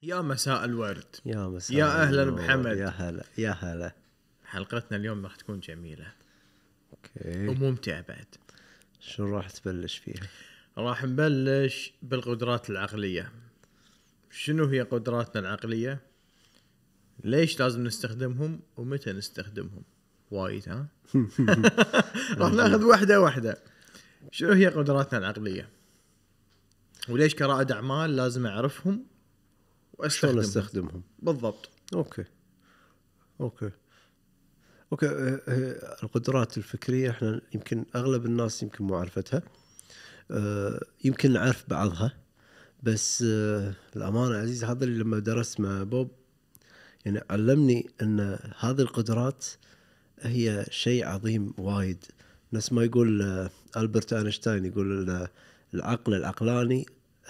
يا مساء الورد، يا مساء يا أهلا النور. بحمد. يا هلا يا هلا. حلقتنا اليوم راح تكون جميلة اوكي، وممتعة بعد. شو راح تبلش فيها؟ راح نبلش بالقدرات العقلية. شنو هي قدراتنا العقلية؟ ليش لازم نستخدمهم ومتى نستخدمهم؟ وايد ها؟ راح ناخذ واحدة واحدة. شنو هي قدراتنا العقلية؟ وليش كرائد أعمال لازم أعرفهم شلون وأستخدمهم؟ استخدمهم؟ بالضبط. اوكي. القدرات الفكرية احنا يمكن اغلب الناس يمكن مو عارفتها، يمكن نعرف بعضها، بس الأمانة عزيز هذا اللي لما درست مع بوب يعني علمني ان هذه القدرات هي شيء عظيم وايد. نفس ما يقول ألبرت أينشتاين، يقول العقل العقلاني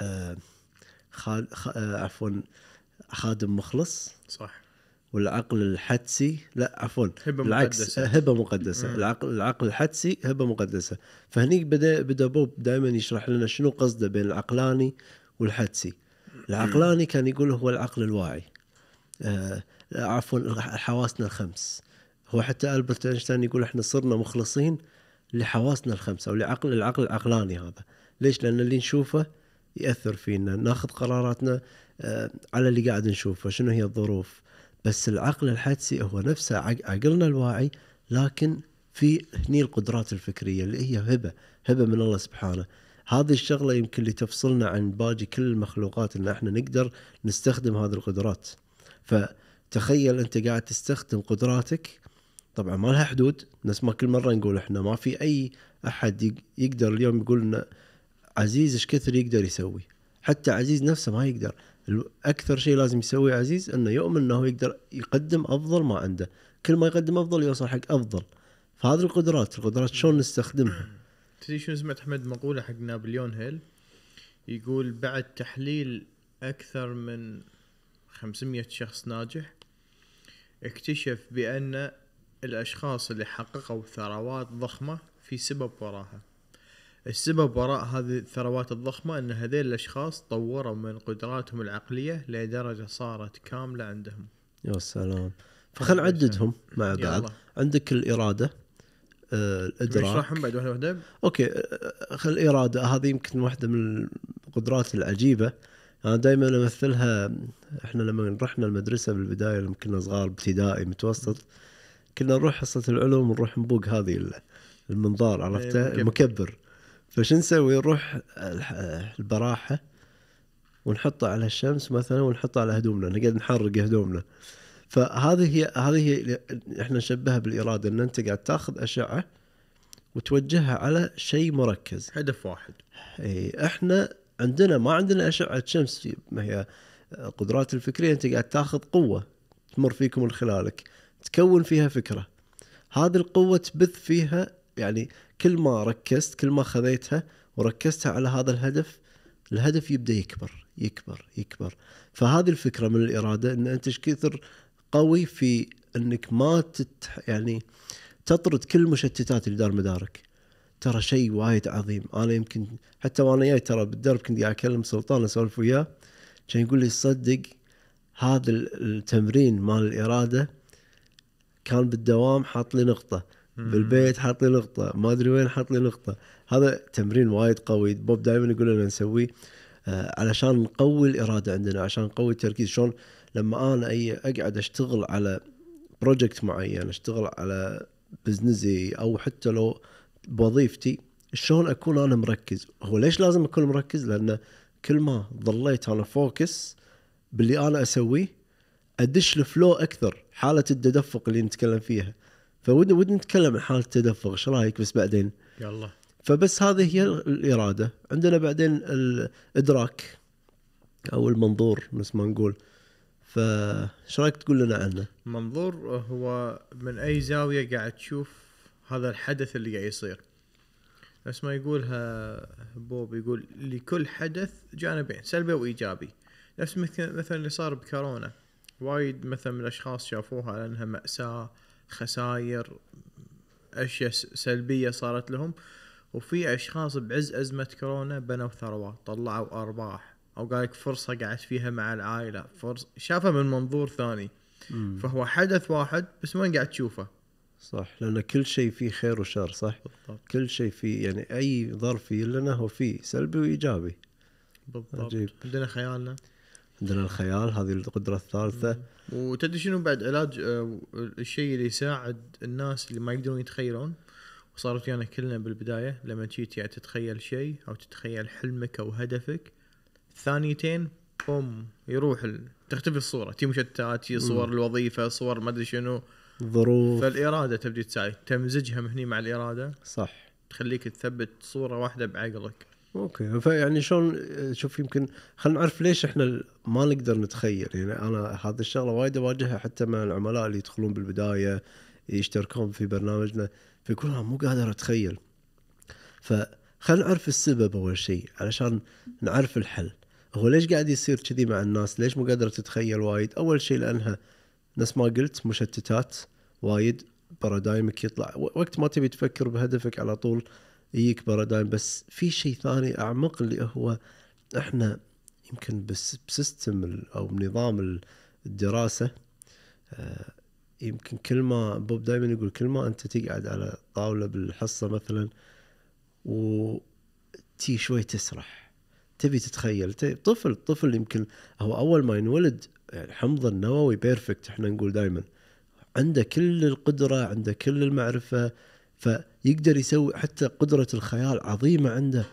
عفوا خادم مخلص، صح. والعقل الحدسي لا عفوا هبة بالعكس مقدسة. هبة مقدسة. العقل الحدسي هبة مقدسة. فهني بدأ بوب دائما يشرح لنا شنو قصده بين العقلاني والحدسي. العقلاني كان يقول هو العقل الواعي، عفوا حواسنا الخمس. هو حتى ألبرت أينشتاين يقول احنا صرنا مخلصين لحواسنا الخمسة او العقل العقلاني هذا. ليش؟ لأن اللي نشوفه يأثر فينا، ناخذ قراراتنا على اللي قاعد نشوفه، شنو هي الظروف. بس العقل الحدسي هو نفسه عقلنا الواعي، لكن في هني القدرات الفكرية اللي هي هبة من الله سبحانه. هذه الشغلة يمكن اللي تفصلنا عن باقي كل المخلوقات، ان احنا نقدر نستخدم هذه القدرات. فتخيل انت قاعد تستخدم قدراتك، طبعا ما لها حدود. نفس ما كل مرة نقول احنا ما في اي احد يقدر اليوم يقول لنا عزيز ايش كثر يقدر يسوي. حتى عزيز نفسه ما يقدر. اكثر شيء لازم يسويه عزيز انه يؤمن انه يقدر يقدم افضل ما عنده، كل ما يقدم افضل يوصل حق افضل. فهذه القدرات شلون نستخدمها؟ تدري شنو سمعت أحمد مقولة حق نابليون هيل؟ يقول بعد تحليل أكثر من 500 شخص ناجح، اكتشف بأن الأشخاص اللي حققوا ثروات ضخمة في سبب وراها. السبب وراء هذه الثروات الضخمة أن هذين الأشخاص طوروا من قدراتهم العقلية لدرجة صارت كاملة عندهم. يا سلام. فخل نعددهم مع بعض. يلا. عندك الإرادة، الإدراك. نشرحهم بعد واحدة. اوكي، خل الإرادة هذه يمكن واحدة من القدرات العجيبة. أنا دائما أمثلها، إحنا لما رحنا المدرسة بالبداية لما كنا صغار ابتدائي متوسط، كنا نروح حصة العلوم ونروح نبوق هذه المنظار، عرفته؟ المكبر. فش نسوي؟ نروح البراحة ونحطه على الشمس مثلا، ونحطه على هدومنا، نقعد نحرق هدومنا. هذه هي احنا نشبهها بالإرادة، ان انت قاعد تاخذ أشعة وتوجهها على شيء مركز، هدف واحد. احنا ما عندنا أشعة شمس، ما هي القدرات الفكرية. انت قاعد تاخذ قوة تمر فيكم من خلالك، تكون فيها فكرة. هذه القوة تبث فيها، يعني كل ما ركزت، كل ما خذيتها وركزتها على هذا الهدف يبدأ يكبر يكبر يكبر. فهذه الفكرة من الإرادة، ان انت كثر قوي في انك ما يعني تطرد كل المشتتات اللي دار مدارك. ترى شيء وايد عظيم. انا يمكن حتى وانا جاي ترى بالدرب كنت قاعد اكلم سلطان اسولف وياه، كان يقول لي صدق هذا التمرين مال الإرادة كان بالدوام حاط لي نقطة، بالبيت حاط لي نقطة، ما ادري وين حاط لي نقطة. هذا تمرين وايد قوي. بوب دائما يقول لنا نسويه علشان نقوي الإرادة عندنا، عشان نقوي التركيز. شلون لما انا اقعد اشتغل على بروجكت معين، اشتغل على بزنسي او حتى لو بوظيفتي، شلون اكون انا مركز. هو ليش لازم اكون مركز؟ لان كل ما ظليت انا فوكس باللي انا اسويه، ادش الفلو اكثر، حاله التدفق اللي نتكلم فيها. فودنا نتكلم عن حاله التدفق، ايش رايك بس بعدين؟ يلا. فبس هذه هي الاراده. عندنا بعدين الادراك او المنظور مثل ما نقول. فايش رايك تقول لنا عنه؟ منظور هو من اي زاويه قاعد تشوف هذا الحدث اللي قاعد يصير. بس ما يقولها بوب، يقول لكل حدث جانبين سلبي وايجابي. نفس مثلا اللي صار بكورونا، وايد مثلا من الاشخاص شافوها على انها مأساة، خسائر، اشياء سلبيه صارت لهم. وفي اشخاص بعز ازمه كورونا بنوا ثروات، طلعوا ارباح، او قال لك فرصه قعدت فيها مع العائله، فرصه شافها من منظور ثاني. فهو حدث واحد بس وين قاعد تشوفه. صح، لأن كل شيء فيه خير وشر. صح بالضبط. كل شيء فيه، يعني أي ظرف لنا هو فيه سلبي وإيجابي. بالضبط. عجيب. عندنا خيالنا، عندنا الخيال، هذه القدرة الثالثة. وتدري شنو بعد علاج الشيء اللي يساعد الناس اللي ما يقدرون يتخيلون، وصارت ويانا كلنا بالبداية لما جيت يعني تتخيل شيء أو تتخيل حلمك أو هدفك، ثانيتين بوم يروح تختفي الصورة، تي مشتتات، تي صور الوظيفة، صور ما أدري شنو، ظروف. فالإرادة تبدي تساعد تمزجها هني مع الإرادة، صح، تخليك تثبت صورة واحدة بعقلك. اوكي. فيعني شلون، شوف يمكن خلينا نعرف ليش احنا ما نقدر نتخيل. يعني انا هذه الشغله وايد اواجهها حتى مع العملاء اللي يدخلون بالبدايه يشتركون في برنامجنا، فيقولون انا مو قادر اتخيل. فخلينا نعرف السبب اول شيء علشان نعرف الحل. هو ليش قاعد يصير كذي مع الناس؟ ليش مو قادره تتخيل وايد؟ اول شيء لانها نفس ما قلت مشتتات وايد، بارادايمك يطلع وقت ما تبي تفكر بهدفك على طول يجيك بارادايم. بس في شيء ثاني اعمق اللي هو احنا يمكن بسيستم او بنظام الدراسه. يمكن كل ما بوب دايما يقول كل ما انت تقعد على طاوله بالحصه مثلا وتي شوي تسرح تبي تتخيل. طفل يمكن هو اول ما ينولد يعني حمض النووي بيرفكت، احنا نقول دايما عنده كل القدره، عنده كل المعرفه، فيقدر يسوي حتى قدره الخيال عظيمه عنده.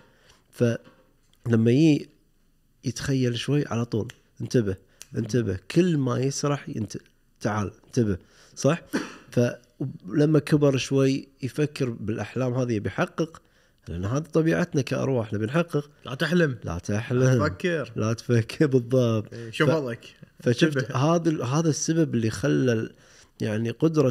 فلما يتخيل شوي على طول انتبه كل ما يسرح تعال انتبه. صح. فلما كبر شوي يفكر بالاحلام هذه بيحقق، لان هذه طبيعتنا كارواح، نبي نحقق. لا تحلم لا تفكر بالضبط. شوف وضعك. فشفت هذا السبب اللي خلى يعني قدرة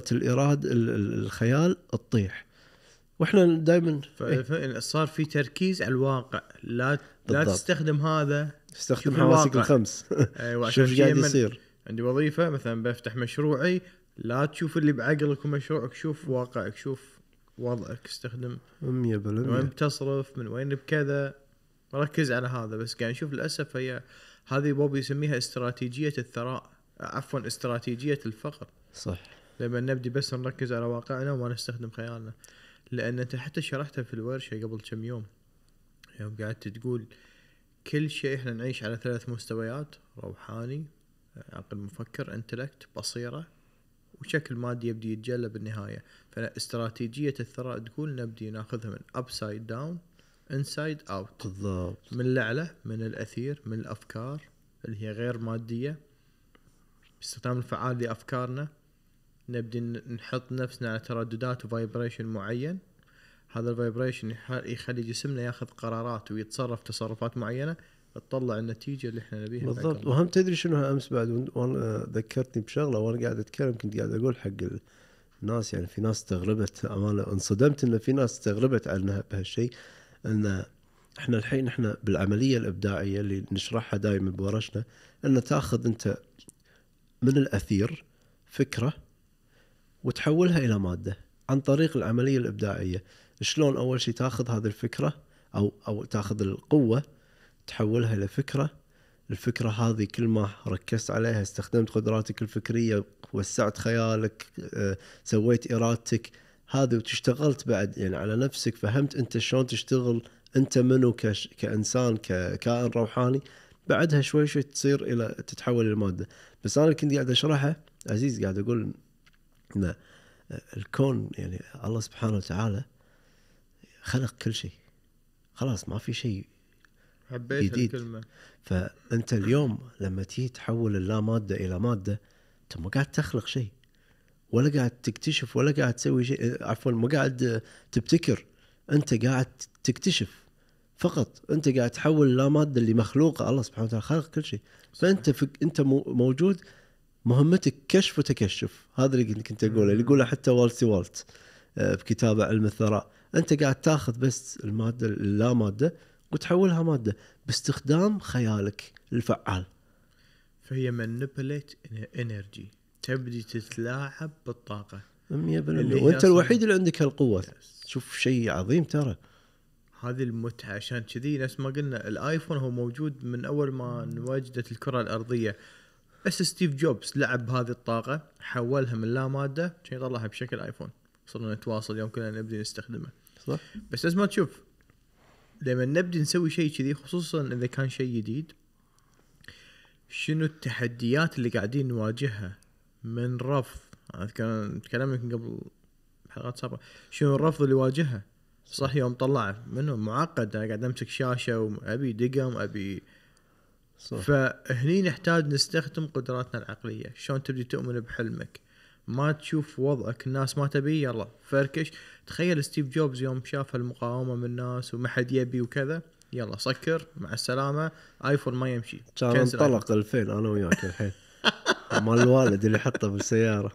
الخيال تطيح. واحنا دائما صار في تركيز على الواقع، لا تستخدم هذا، استخدم حواسك الخمس. ايوه شوف ايش قاعد يصير. عندي وظيفة مثلا بفتح مشروعي، لا تشوف اللي بعقلك ومشروعك، شوف واقعك، شوف وضعك، استخدم 100% وين بتصرف، من وين بكذا، ركز على هذا بس. يعني شوف للأسف هي هذه بوب يسميها استراتيجية الثراء، عفوا استراتيجية الفقر. صح. لما نبدي بس نركز على واقعنا وما نستخدم خيالنا. لأن أنت حتى شرحتها في الورشة قبل كم يوم قاعدت تقول كل شيء احنا نعيش على 3 مستويات: روحاني، عقل مفكر، انتلكت، بصيرة، وشكل مادي يبدي يتجلى بالنهاية. فاستراتيجية الثراء تقول نبدي ناخذها من upside down inside out. بالضبط. من الأعلى، من الأثير، من الأفكار اللي هي غير مادية، باستخدام الفعال لأفكارنا نبدي نحط نفسنا على ترددات وفايبريشن معين. هذا الفايبريشن يخلي جسمنا ياخذ قرارات ويتصرف تصرفات معينة تطلع النتيجة اللي احنا نبيها. بالضبط. وهم تدري شنو أمس بعد وانا ذكرتني بشغلة وانا قاعد اتكلم، كنت قاعد اقول حق الناس، يعني في ناس استغربت، امانه انصدمت ان في ناس استغربت عنها بهالشيء، ان احنا الحين احنا بالعمليه الابداعيه اللي نشرحها دائما بورشنا، ان تاخذ انت من الاثير فكره وتحولها الى ماده عن طريق العمليه الابداعيه. شلون؟ اول شيء تاخذ هذه الفكره او تاخذ القوه تحولها الى فكره. الفكرة هذه كل ما ركزت عليها، استخدمت قدراتك الفكرية، وسعت خيالك، سويت إرادتك هذه، وتشتغلت بعد يعني على نفسك، فهمت أنت شلون تشتغل، أنت منو كإنسان ككائن روحاني، بعدها شوي شوي تصير إلى تتحول إلى مادة. بس أنا كنت قاعد أشرحها عزيز، قاعد أقول إن الكون يعني الله سبحانه وتعالى خلق كل شيء، خلاص ما في شيء حبيت الكلمة. فأنت اليوم لما تيجي تحول اللا مادة إلى مادة، أنت ما قاعد تخلق شيء، ولا قاعد تكتشف، ولا قاعد تسوي شيء، عفوا ما قاعد تبتكر، أنت قاعد تكتشف فقط. أنت قاعد تحول اللا مادة اللي مخلوقة، الله سبحانه وتعالى خلق كل شيء. فأنت أنت موجود، مهمتك كشف وتكشف. هذا اللي كنت أقوله، اللي يقوله حتى والت بكتابه علم الثراء. أنت قاعد تاخذ بس المادة اللا مادة وتحولها مادة باستخدام خيالك الفعال. فهي manipulate energy، تبدي تتلاعب بالطاقة 100%. وانت الوحيد اللي عندك هالقوة. شوف شيء عظيم ترى. هذه المتعة. عشان كذي نفس ما قلنا الايفون هو موجود من اول ما انوجدت الكرة الارضية، بس ستيف جوبز لعب بهذه الطاقة، حولها من لا مادة عشان يطلعها بشكل ايفون، صرنا نتواصل اليوم كلنا نبدي نستخدمه. صح. بس لازم تشوف لما نبدي نسوي شيء كذي، خصوصا اذا كان شيء جديد، شنو التحديات اللي قاعدين نواجهها من رفض. كان تكلمنا يمكن قبل حلقات سابقة شنو الرفض اللي واجهها. صح، يوم طلع منه معقد، انا قاعد امسك شاشة وابي دقم ابي. صح. فهني نحتاج نستخدم قدراتنا العقلية. شلون تبدي تؤمن بحلمك، ما تشوف وضعك الناس ما تبي يلا فركش. تخيل ستيف جوبز يوم شاف المقاومة من الناس وما حد يبي وكذا، يلا سكر مع السلامة، ايفون ما يمشي. كان انطلق 2000 انا وياك الحين مال الوالد اللي حطه بالسيارة.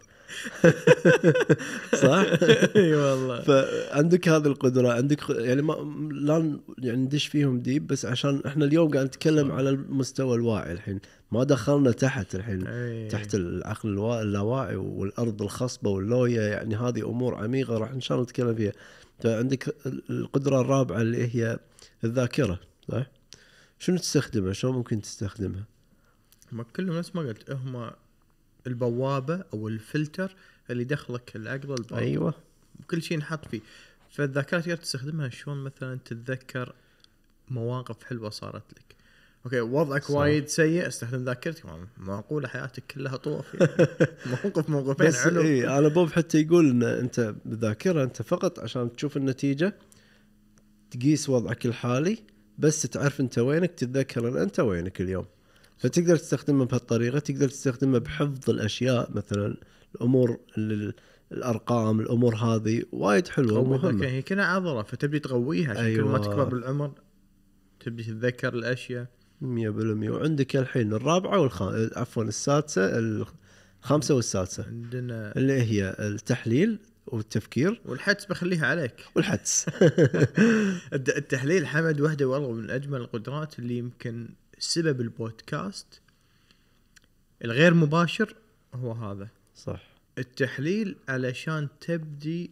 صح. اي والله. فعندك هذه القدرة، عندك يعني ما لا يعني ندش فيهم ديب، بس عشان احنا اليوم قاعد نتكلم على المستوى الواعي الحين، ما دخلنا تحت الحين. تحت العقل اللاواعي والارض الخصبة واللوية، يعني هذه امور عميقة راح ان شاء الله نتكلم فيها. فعندك القدرة الرابعة اللي هي الذاكرة. صح. شنو تستخدمها؟ شلون ممكن تستخدمها؟ ما كلهم نفس ما قلت، هم البوابة او الفلتر اللي يدخلك العقل الباطن. ايوه. وكل شيء نحط فيه. فالذاكرة تقدر تستخدمها شلون؟ مثلا تتذكر مواقف حلوة صارت لك. اوكي وضعك وايد سيء، استخدم ذاكرتك. معقولة حياتك كلها طوف يعني. موقفين بس حلو. إيه، انا بوب حتى يقول ان انت بالذاكرة انت فقط عشان تشوف النتيجة، تقيس وضعك الحالي، بس تعرف انت وينك، تتذكر ان انت وينك اليوم. فتقدر تستخدمه بهالطريقة. تقدر تستخدمه بحفظ الاشياء، مثلا الامور الارقام، الامور هذه وايد حلوة ومهمة. هي كنا عضلة فتبدي تقويها عشان أيوة. كل ما تكبر بالعمر تبدي تتذكر الاشياء 100%. وعندك الحين الرابعة عفوا السادسة، الخامسة والسادسة عندنا اللي هي التحليل والتفكير والحدس. بخليها عليك. والحدس. التحليل حمد وحده والله من اجمل القدرات اللي يمكن سبب البودكاست الغير مباشر هو هذا. صح. التحليل علشان تبدي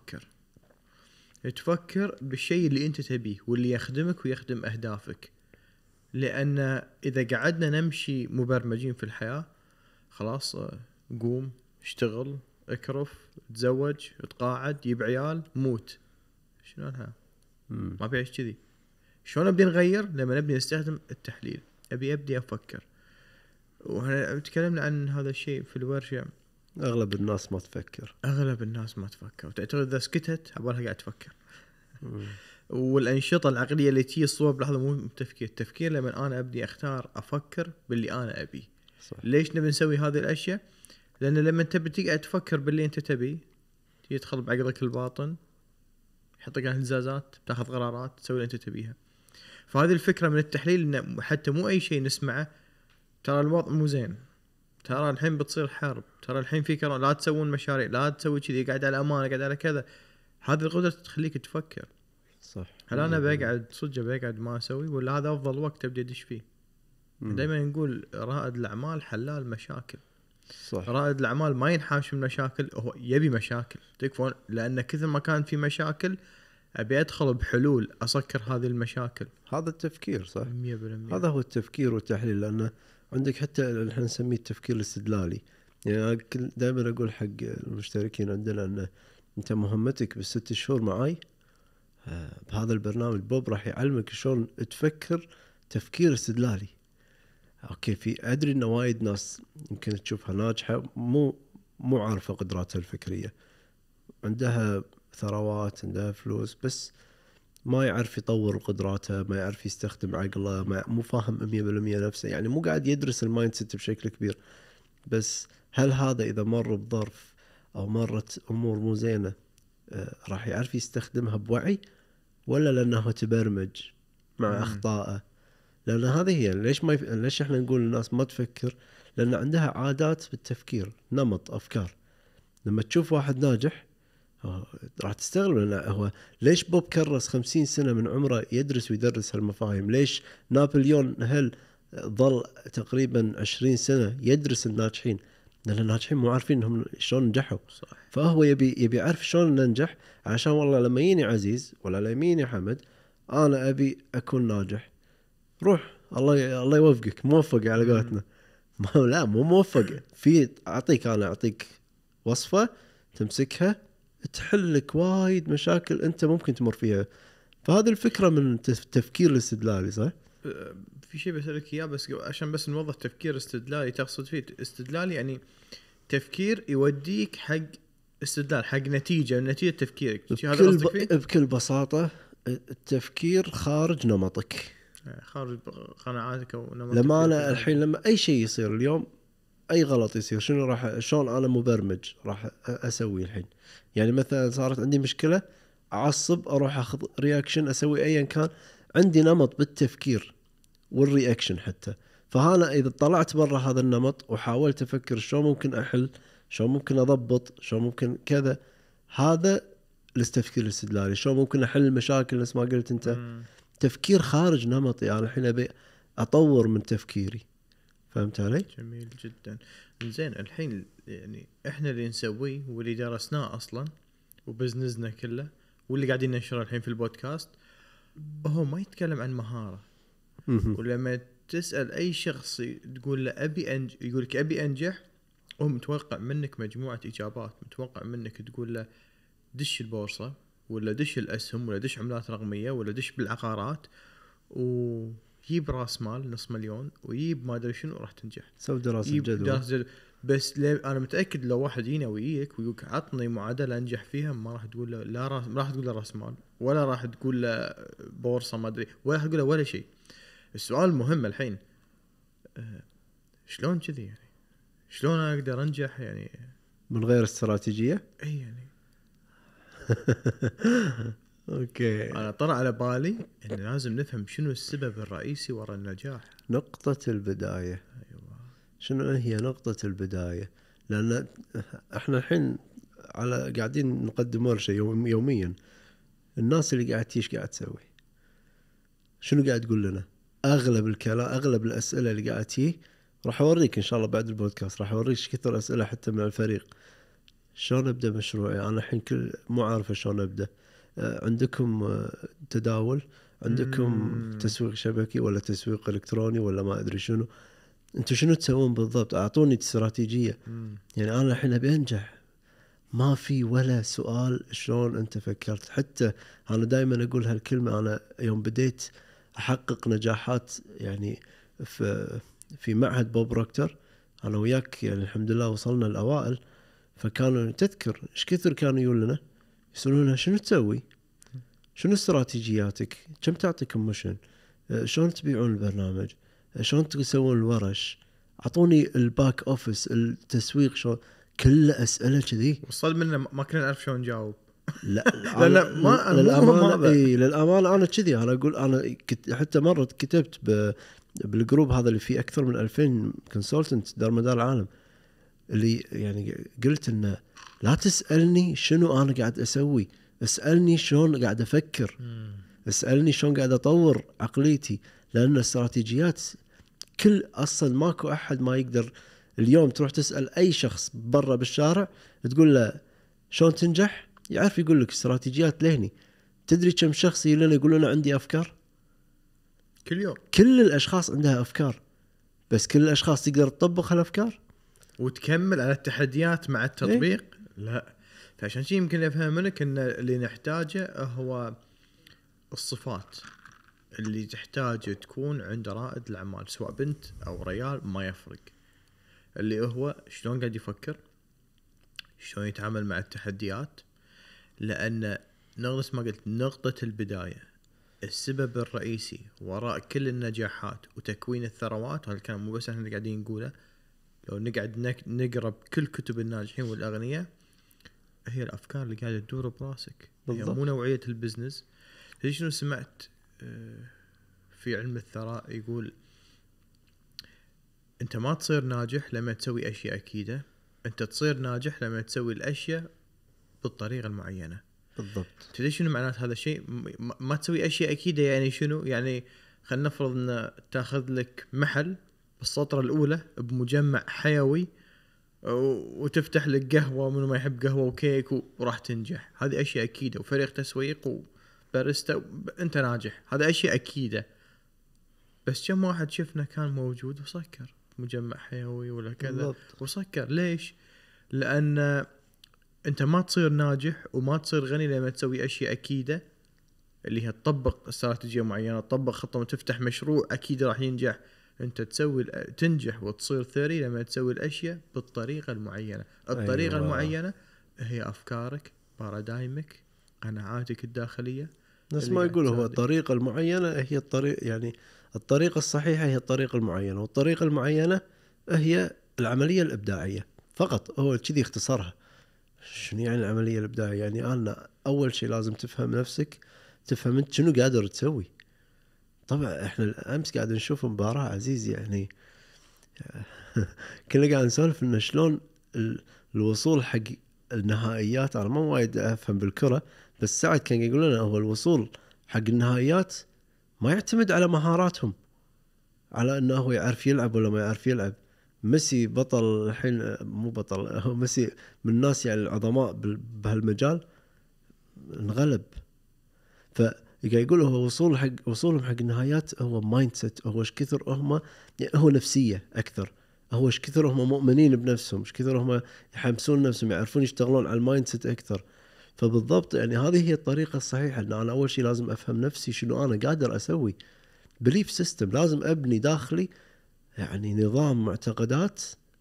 تفكر بالشيء اللي انت تبيه واللي يخدمك ويخدم اهدافك. لان اذا قعدنا نمشي مبرمجين في الحياة، خلاص قوم اشتغل اكرف تزوج تقاعد يب عيال موت، شلونها؟ ما بيعيش كذي. شلون نبدي نغير؟ لما نبدي نستخدم التحليل. ابدي افكر. وهنا تكلمنا عن هذا الشيء في الورشة. اغلب الناس ما تفكر. وتعتقد اذا سكتت عبالها قاعد تفكر. والانشطه العقليه اللي تجي الصوب لحظه مو التفكير لما انا ابدي اختار افكر باللي انا ابي. صح. ليش نبي نسوي هذه الاشياء؟ لان لما تبي تقعد تفكر باللي انت تبي، يدخل بعقلك الباطن يحطك على اهتزازات، تاخذ قرارات، تسوي اللي انت تبيها. فهذه الفكره من التحليل، ان حتى مو اي شيء نسمعه ترى الوضع مو زين، ترى الحين بتصير حرب، ترى الحين في كورونا، لا تسوون مشاريع، لا تسوي كذي، قاعد على امانه، قاعد على كذا. هذه القدره تخليك تفكر. صح. هل انا بقعد صدق بقعد ما اسوي، ولا هذا افضل وقت ابدا ادش فيه؟ دائما نقول رائد الاعمال حلال مشاكل. صح. رائد الاعمال ما ينحاش من مشاكل، هو يبي مشاكل تكفون. لان كثر ما كان في مشاكل ابي ادخل بحلول اسكر هذه المشاكل. هذا التفكير. صح. 100%. هذا هو التفكير والتحليل. لانه عندك حتى احنا نسميه التفكير الاستدلالي. يعني دائما اقول حق المشتركين عندنا ان انت مهمتك بالست شهور معاي بهذا البرنامج بوب راح يعلمك شلون تفكر تفكير استدلالي. اوكي، في ادري ان وايد ناس يمكن تشوفها ناجحه مو عارفه قدراتها الفكريه، عندها ثروات، عندها فلوس، بس ما يعرف يطور قدراته، ما يعرف يستخدم عقله، مو فاهم 100% نفسه، يعني مو قاعد يدرس المايند سيت بشكل كبير. بس هل هذا اذا مر بظرف او مرت امور مو زينه راح يعرف يستخدمها بوعي، ولا لانه تبرمج مع اخطائه؟ لان هذه هي ليش احنا نقول الناس ما تفكر، لان عندها عادات بالتفكير، نمط افكار. لما تشوف واحد ناجح راح تستغرب لأنه هو ليش بوب كرس 50 سنة من عمره يدرس ويدرس هالمفاهيم؟ ليش نابليون هيل ظل تقريبا 20 سنة يدرس الناجحين؟ لأن الناجحين مو عارفين انهم شلون نجحوا. صح. فهو يبي يعرف شلون ننجح، عشان والله لما يجيني عزيز ولا لما يجيني حمد انا ابي اكون ناجح، روح الله يوفقك، موفق على قولتنا. لا مو موفق، في اعطيك وصفة تمسكها تحل لك وايد مشاكل انت ممكن تمر فيها. فهذه الفكرة من التفكير الاستدلالي، صح؟ في شيء بسألك اياه بس عشان بس نوضح تفكير استدلالي. تقصد فيه استدلالي يعني تفكير يوديك حق استدلال، حق نتيجة تفكيرك، هذا قصدك فيه؟ بكل بساطة التفكير خارج نمطك، خارج قناعاتك او نمط لما تفكيرك انا الحين لما اي شيء يصير اليوم، اي غلط يصير، شلون انا مبرمج راح اسوي الحين؟ يعني مثلا صارت عندي مشكلة، اعصب، اروح اخذ رياكشن، اسوي ايا كان، عندي نمط بالتفكير والرياكشن حتى. فهنا اذا طلعت برا هذا النمط وحاولت افكر شلون ممكن احل، شلون ممكن اضبط، شلون ممكن كذا، هذا التفكير الاستدلالي. شلون ممكن احل المشاكل نفس ما قلت انت، تفكير خارج نمطي. انا الحين ابي اطور من تفكيري، فهمت علي؟ جميل جدا. زين الحين يعني احنا اللي نسويه واللي درسناه اصلا وبزنسنا كله واللي قاعدين ننشره الحين في البودكاست هو ما يتكلم عن مهارة. ولما تسأل اي شخص تقول له يقولك ابي انجح، هو متوقع منك مجموعة اجابات. متوقع منك تقول له دش البورصة، ولا دش الاسهم، ولا دش عملات رقمية، ولا دش بالعقارات، ويجيب راس مال $500,000 ويجيب ما ادري شنو راح تنجح. سوي دراسة جدوى. بس انا متاكد لو واحد يجينا ويجيك ويقولك عطني معادله انجح فيها، ما راح تقول له لا راح تقول له راس مال، ولا راح تقول له بورصه ما ادري، ولا راح تقول له ولا شيء. السؤال المهم الحين شلون كذي يعني؟ شلون اقدر انجح يعني من غير استراتيجيه؟ اي يعني اوكي، انا طلع على بالي ان لازم نفهم شنو السبب الرئيسي وراء النجاح. نقطه البدايه. ايوه، شنو هي نقطه البدايه؟ لان احنا الحين قاعدين نقدم ورشه يوميا. الناس اللي قاعد تيش قاعد تسوي شنو؟ قاعد تقول لنا اغلب الكلام، اغلب الاسئله اللي قاعد تي، راح اوريك ان شاء الله بعد البودكاست، راح اوريك كثر اسئله حتى من الفريق. شلون ابدا مشروعي؟ انا الحين مو عارفه شلون ابدا. عندكم تداول، عندكم تسويق شبكي ولا تسويق الكتروني ولا ما ادري شنو؟ انتم شنو تسوون بالضبط؟ اعطوني استراتيجيه. يعني انا الحين ابي انجح، ما في ولا سؤال شلون انت فكرت. حتى انا دائما اقول هالكلمه، انا يوم بديت احقق نجاحات يعني في معهد بوب بروكتر، انا وياك يعني الحمد لله وصلنا الاوائل. فكانوا تذكر ايش كثر كانوا يقول لنا، يسألونا شنو تسوي، شنو استراتيجياتك، كم تعطي كوميشن، شلون تبيعون البرنامج، شلون تسوون الورش، اعطوني الباك اوفيس، التسويق، شلون. كل اسئله كذي وصل منا ما كنا نعرف شلون نجاوب. لا لا ما للامانه للامانه انا كذي. انا اقول انا حتى مره كتبت بالجروب هذا اللي فيه اكثر من 2000 كونسلتنت دار مدار العالم، اللي يعني قلت انه لا تسالني شنو انا قاعد اسوي، اسالني شلون قاعد افكر، اسالني شلون قاعد اطور عقليتي. لان الاستراتيجيات كل اصلا ماكو احد ما يقدر. اليوم تروح تسال اي شخص برا بالشارع تقول له شلون تنجح، يعرف يقول لك استراتيجيات لهني. تدري كم شخص يقول لنا عندي افكار كل يوم؟ كل الاشخاص عندها افكار، بس كل الاشخاص تقدر تطبق هالافكار وتكمل على التحديات مع التطبيق؟ إيه؟ لا. فعشان شيء يمكن افهم منك ان اللي نحتاجه هو الصفات اللي تحتاج تكون عند رائد الاعمال، سواء بنت او ريال ما يفرق، اللي هو شلون قاعد يفكر، شلون يتعامل مع التحديات. لان نفس ما قلت، نقطة البداية، السبب الرئيسي وراء كل النجاحات وتكوين الثروات، هذا الكلام مو بس احنا قاعدين نقوله، لو نقعد نقرا بكل كتب الناجحين والاغنياء، هي الافكار اللي قاعده تدور براسك، هي مو نوعيه البزنس. ليش شنو سمعت في علم الثراء يقول انت ما تصير ناجح لما تسوي اشياء اكيده، انت تصير ناجح لما تسوي الاشياء بالطريقه المعينه. بالضبط. تدري شنو معنات هذا الشيء؟ ما تسوي اشياء اكيده يعني شنو؟ يعني خلينا نفرض ان تاخذ لك محل بالسطره الاولى بمجمع حيوي وتفتح لك قهوه، منو ما يحب قهوه وكيك وراح تنجح. هذه اشياء اكيده، وفريق تسويق باريستا انت ناجح، هذا اشياء اكيده. بس كم واحد شفنا كان موجود وسكر مجمع حيوي ولا كذا بالضبط. وسكر. ليش؟ لان انت ما تصير ناجح وما تصير غني لما تسوي اشياء اكيده، اللي هي تطبق استراتيجيه معينه، تطبق خطه وتفتح مشروع اكيد راح ينجح. انت تنجح وتصير ثري لما تسوي الاشياء بالطريقه المعينه. الطريقه أيوة. المعينه هي افكارك، بارادايمك، قناعاتك الداخليه. نفس اللي ما قاعد يقول هو تساعدك. الطريقة المعينة هي الطريق، يعني الطريقة الصحيحة هي الطريقة المعينة، والطريقة المعينة هي العملية الإبداعية فقط. هو كذي اختصارها. شنو يعني العملية الإبداعية؟ يعني أنا أول شيء لازم تفهم نفسك، تفهم أنت شنو قادر تسوي. طبعا إحنا أمس قاعد نشوف مباراة عزيز، يعني كنا قاعد نسولف إنه شلون الوصول حق النهائيات. أنا ما وايد أفهم بالكرة، بس سعد كان يقول لنا هو الوصول حق النهائيات ما يعتمد على مهاراتهم، على انه هو يعرف يلعب ولا ما يعرف يلعب. ميسي بطل الحين، مو بطل، هو ميسي من الناس يعني العظماء بهالمجال، انغلب. يقول هو وصولهم حق النهايات هو مايند سيت، هو ايش كثر هم، يعني هو نفسيه اكثر، هو ايش كثر هم مؤمنين بنفسهم، ايش كثر هم يحمسون نفسهم، يعرفون يشتغلون على المايند سيت اكثر. فبالضبط يعني هذه هي الطريقه الصحيحه، ان انا اول شيء لازم افهم نفسي شنو انا قادر اسوي. بليف سيستم لازم ابني داخلي، يعني نظام معتقدات،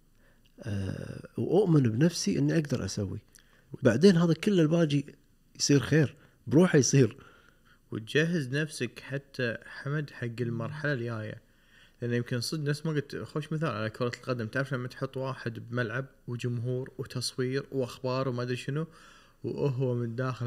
واؤمن بنفسي اني اقدر اسوي. بعدين هذا كله الباقي يصير خير بروحه يصير. وتجهز نفسك حتى حمد حق المرحله الجايه. لأنه يمكن صدق نفس ما قلت، خوش مثال على كرة القدم، تعرف لما تحط واحد بملعب وجمهور وتصوير وأخبار وما أدري شنو، وهو من داخل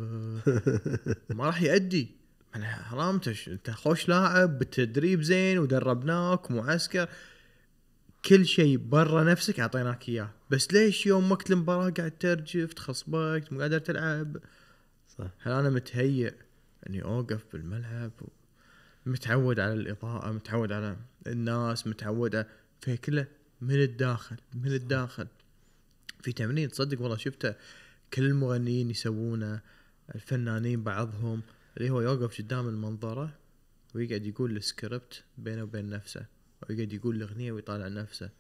ما راح يأدي. أنا حرامتش، أنت خوش لاعب بالتدريب زين ودربناك معسكر، كل شيء برا نفسك أعطيناك إياه، بس ليش يوم وقت المباراة قاعد ترجف تخصبك مو قادر تلعب؟ صح. هل أنا متهيئ أني أوقف بالملعب متعود على الإضاءة، متعود على الناس، متعود على في كله من الداخل، من الداخل. في تمرين تصدق والله شفته كل المغنيين يسوونه، الفنانين بعضهم، اللي هو يوقف قدام المنظرة ويقعد يقول السكريبت بينه وبين نفسه، ويقعد يقول الأغنية ويطالع نفسه،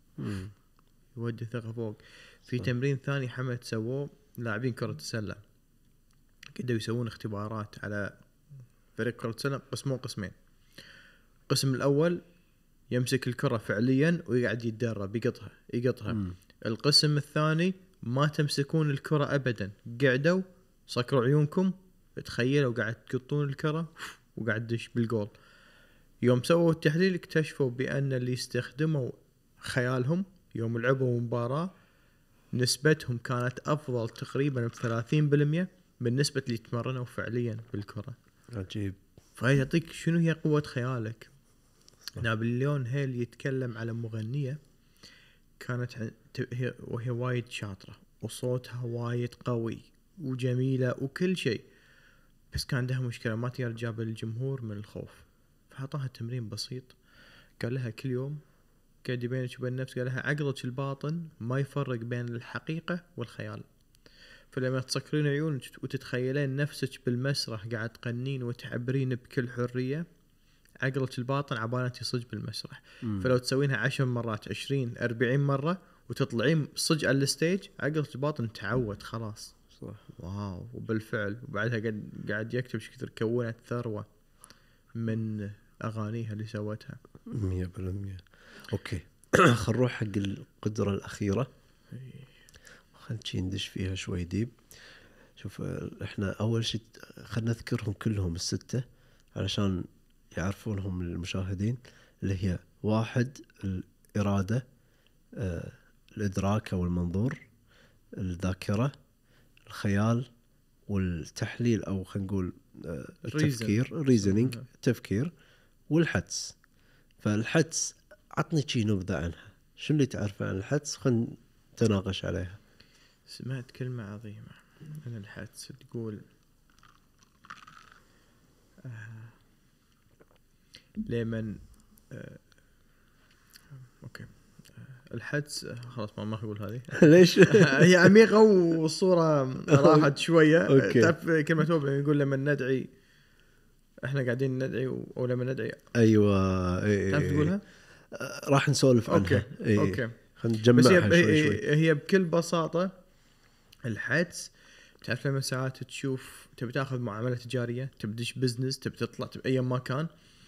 يودي ثقة فوق. في تمرين ثاني حمد سووه لاعبين كرة السلة، قدروا يسوون اختبارات على فريق كرة السلة، قسموه قسمين. القسم الأول يمسك الكرة فعليا ويقعد يتدرب يقطها. القسم الثاني ما تمسكون الكرة أبدا، قعدوا سكروا عيونكم، تخيلوا قاعد تقطون الكرة وقاعد تدش بالجول. يوم سووا التحليل اكتشفوا بأن اللي استخدموا خيالهم يوم لعبوا مباراة نسبتهم كانت أفضل تقريبا ب30% من نسبة اللي تمرنوا فعليا بالكرة. عجيب. فهي يعطيك شنو هي قوة خيالك. نابليون هيل يتكلم على مغنية كانت وهي وايد شاطرة وصوتها وايد قوي وجميلة وكل شيء، بس كان عندها مشكلة ما تقدر تجاب الجمهور من الخوف. فعطاها تمرين بسيط، قال لها كل يوم قاعد بينك وبين نفسك، قال لها عقلك الباطن ما يفرق بين الحقيقة والخيال. فلما تسكرين عيونك وتتخيلين نفسك بالمسرح قاعد تغنين وتعبرين بكل حرية، عقلك الباطن عبالك يصج بالمسرح. فلو تسوينها 10 مرات 20 40 مرة وتطلعين صج على الستيج، عقلك الباطن تعود خلاص. صح. واو. وبالفعل وبعدها قاعد يكتب ايش كثر كونت ثروة من أغانيها اللي سوتها. 100%. اوكي. خل نروح حق القدرة الأخيرة، خل ندش فيها شوي ديب. شوف احنا أول شيء خلنا نذكرهم كلهم الستة علشان يعرفونهم المشاهدين، اللي هي 1 الإرادة، الإدراك أو المنظور، الذاكرة، الخيال، والتحليل أو خلينا نقول التفكير، reasoning، التفكير، والحدس. فالحدس عطني شي نبذة عنها، شو اللي تعرفه عن الحدس؟ خلينا نتناقش عليها. سمعت كلمة عظيمة عن الحدس تقول لمن اوكي الحدس خلاص ما اقول هذه. ليش؟ هي عميقه والصوره راحت شويه. أوكي. تعرف كلمه توب يقول لما ندعي احنا قاعدين ندعي ولما ندعي ايوه تعرف تقولها؟ راح نسولف عنها. اوكي اوكي خلينا بس نجمعها شوي. هي بكل بساطه الحدس. تعرف لما ساعات تشوف تبي تاخذ معامله تجاريه، تبدش بزنس، تبي تطلع، تبي اي مكان،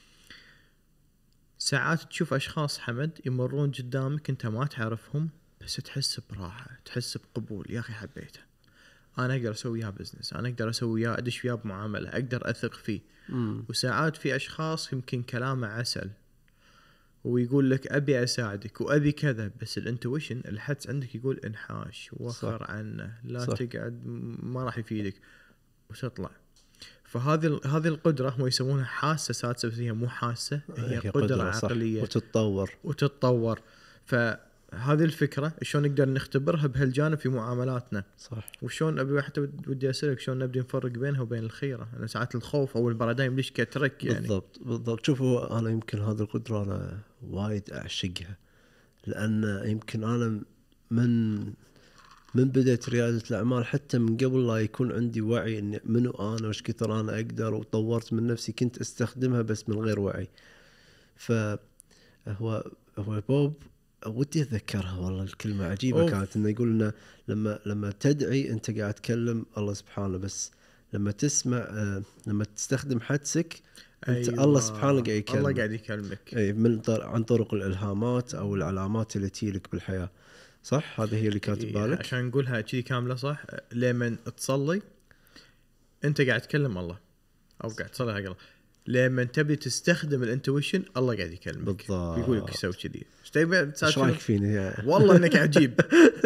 ساعات تشوف اشخاص حمد يمرون قدامك انت ما تعرفهم بس تحس براحه، تحس بقبول. يا اخي حبيته، انا اقدر اسوي وياه بزنس، انا اقدر اسوي وياه، ادش وياه بمعامله، اقدر اثق فيه. وساعات في اشخاص يمكن كلامه عسل ويقول لك ابي اساعدك وابي كذا، بس الانتويشن الحدس عندك يقول انحاش وخر عنه، لا صح. تقعد ما راح يفيدك وتطلع. فهذه القدره هم يسمونها حاسه سادسه، بس هي مو حاسه، هي قدره عقليه وتتطور. فهذه الفكره شلون نقدر نختبرها بهالجانب في معاملاتنا. صح. وشلون ابي حتى ودي اسالك شلون نبدي نفرق بينها وبين الخيره، لان ساعات الخوف او البارادايم ليش كترك يعني. بالضبط. شوفوا انا يمكن هذه القدره انا وايد اعشقها، لان يمكن انا من بدأت ريادة الأعمال، حتى من قبل لا يكون عندي وعي إن منو أنا وش كثر أنا أقدر وطورت من نفسي، كنت أستخدمها بس من غير وعي. فهو بوب ودي أتذكرها والله، الكلمة عجيبة كانت، إنه يقول لنا لما تدعي أنت قاعد تكلم الله سبحانه، بس لما تسمع لما تستخدم حدسك أنت الله سبحانه قاعد يكلمك، الله قاعد يكلمك عن طرق الإلهامات أو العلامات اللي تجيلك بالحياة. صح، هذه هي اللي كانت ببالك عشان نقولها كذي كامله. صح، لما تصلي انت قاعد تكلم الله او قاعد تصلي حق الله، لما تبي تستخدم الانتويشن الله قاعد يكلمك بالضبط، يقول لك سوي كذي. ايش رايك فيني يعني؟ والله انك عجيب.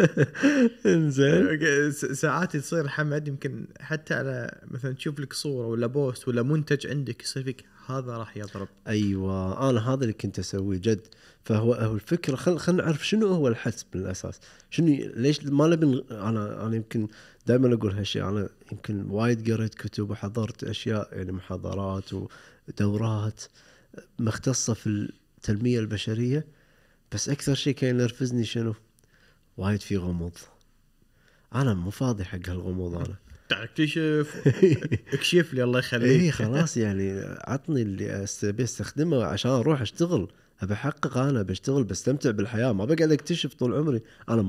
انزين. ساعات تصير حمد يمكن حتى على مثلا تشوف لك صوره ولا بوست ولا منتج عندك يصير فيك هذا راح يضرب. ايوه انا هذا اللي كنت اسويه جد. فهو الفكره خلينا نعرف شنو هو الحدس بالاساس، شنو ليش ما نبي. انا يمكن دائما اقول هالشيء، انا يمكن وايد قريت كتب وحضرت اشياء يعني محاضرات ودورات مختصه في التنميه البشريه، بس اكثر شيء كان ينرفزني شنو؟ وايد في غموض، انا مو فاضي حق هالغموض. انا اكشف لي الله يخليك. اي خلاص يعني عطني اللي استخدمه عشان اروح اشتغل، ابي احقق، انا بشتغل بستمتع بالحياه، ما بقعد اكتشف طول عمري. انا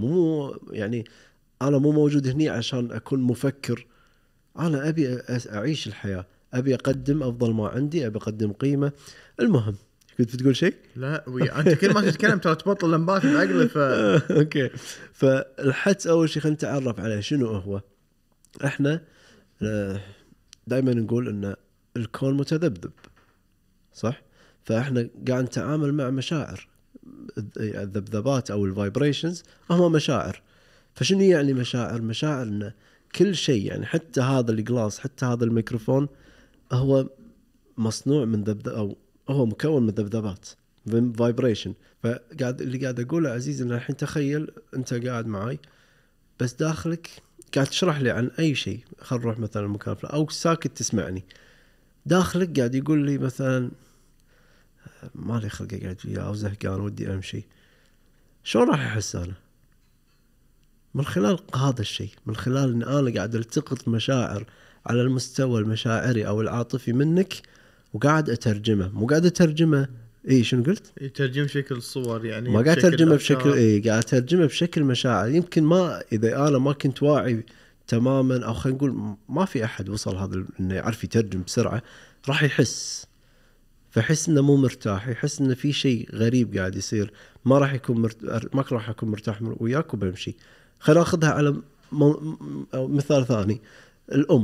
مو موجود هني عشان اكون مفكر، انا ابي اعيش الحياه، ابي اقدم افضل ما عندي، ابي اقدم قيمه. المهم كنت بتقول شيء؟ لا انت كل ما تتكلم ترى تبطل لمبات بعقلي. اوكي. فالحدس اول شيء خلينا نتعرف عليه شنو هو. احنا دائما نقول ان الكون متذبذب، صح؟ فاحنا قاعد نتعامل مع مشاعر، الذبذبات او الفايبريشنز هم مشاعر. فشنو يعني مشاعر؟ مشاعر ان كل شيء، يعني حتى هذا الجلاس، حتى هذا الميكروفون هو مصنوع من او هو مكون من ذبذبات، من فايبريشن. اللي قاعد اقوله عزيز ان الحين تخيل انت قاعد معي بس داخلك قاعد تشرح لي عن اي شيء، خل نروح مثلا مكان او ساكت تسمعني، داخلك قاعد يقول لي مثلا ما لي خلق اقعد وياه او زهقان ودي امشي. شلون راح احس انا؟ من خلال هذا الشيء، من خلال ان انا قاعد التقط مشاعر على المستوى المشاعري او العاطفي منك وقاعد اترجمه. مو قاعد اترجمه شنو قلت؟ يترجم شكل صور يعني، ما قاعد اترجمه بشكل قاعد اترجمه بشكل مشاعر. يمكن ما اذا انا ما كنت واعي تماما، او خلينا نقول ما في احد وصل هذا انه يعرف يترجم بسرعه، راح يحس، فيحس انه مو مرتاح، يحس انه في شيء غريب قاعد يصير، ما راح يكون ما راح اكون مرتاح وياك وبمشي. خلينا ناخذها على مثال ثاني. الام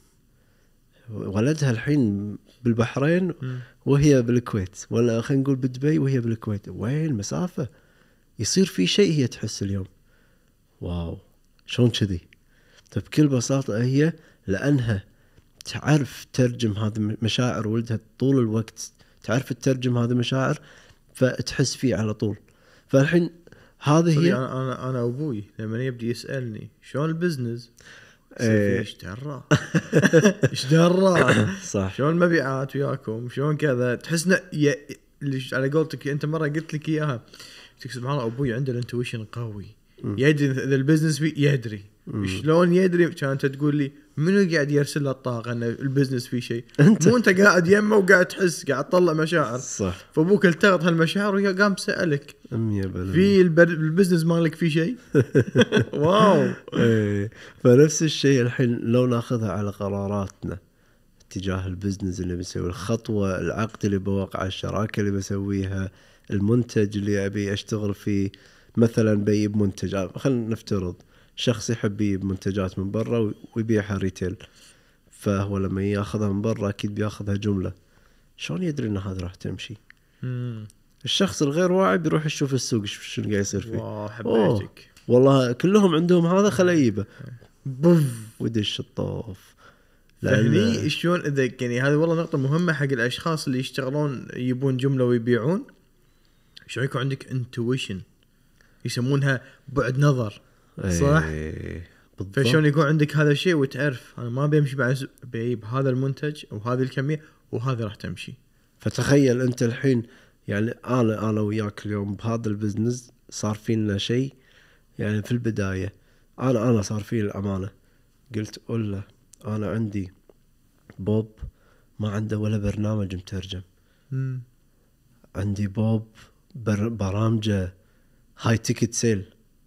ولدها الحين بالبحرين وهي بالكويت، ولا خلينا نقول بدبي وهي بالكويت، وين المسافه؟ يصير في شيء هي تحس اليوم واو شلون كذي. بكل بساطه هي لانها تعرف تترجم هذه مشاعر ولدها طول الوقت، تعرف تترجم هذه مشاعر فتحس فيه على طول. فالحين هذه هي. انا ابوي لما يبدي يسالني شلون البزنس، ايش درى صح، شلون المبيعات وياكم، شلون كذا، تحسنا على قولتك انت مره قلت لك اياها، سبحان الله ابوي عنده الانتويشن قوي، يدري اذا البزنس فيه، يدري شلون يدري. كان انت تقول لي منو قاعد يرسل له الطاقه ان البزنس فيه شيء؟ مو انت قاعد يمه وقاعد تحس، قاعد تطلع مشاعر. صح. فابوك التقط هالمشاعر وقام سالك 100% في البزنس مالك في شيء. واو. فنفس الشيء الحين لو ناخذها على قراراتنا تجاه البزنس اللي بنسوي، الخطوه، العقد اللي بوقع، الشراكه اللي بسويها، المنتج اللي ابي اشتغل فيه. مثلا بيجيب منتج، خلينا نفترض شخص يحب يجيب منتجات من برا ويبيعها ريتيل، فهو لما ياخذها من برا اكيد بياخذها جمله. شلون يدري ان هذا راح تمشي؟ الشخص الغير واعي بيروح يشوف السوق شنو قاعد يصير فيه. واو حبيتك والله كلهم عندهم هذا، خليبه ودش الطوف. فهني شلون اذا يعني هذه والله نقطه مهمه حق الاشخاص اللي يشتغلون يبون جمله ويبيعون. شلون يكون عندك انتويشن، يسمونها بعد نظر، صح؟ فشلون يكون عندك هذا الشيء وتعرف انا ما بيمشي بعيب هذا المنتج او هذه الكميه وهذا راح تمشي. فتخيل انت الحين يعني انا وياك اليوم بهذا البزنس صار فينا شيء. يعني في البدايه انا صار في الامانه قلت له انا عندي بوب ما عنده ولا برنامج مترجم. عندي بوب برامجه هاي تيكت سيل،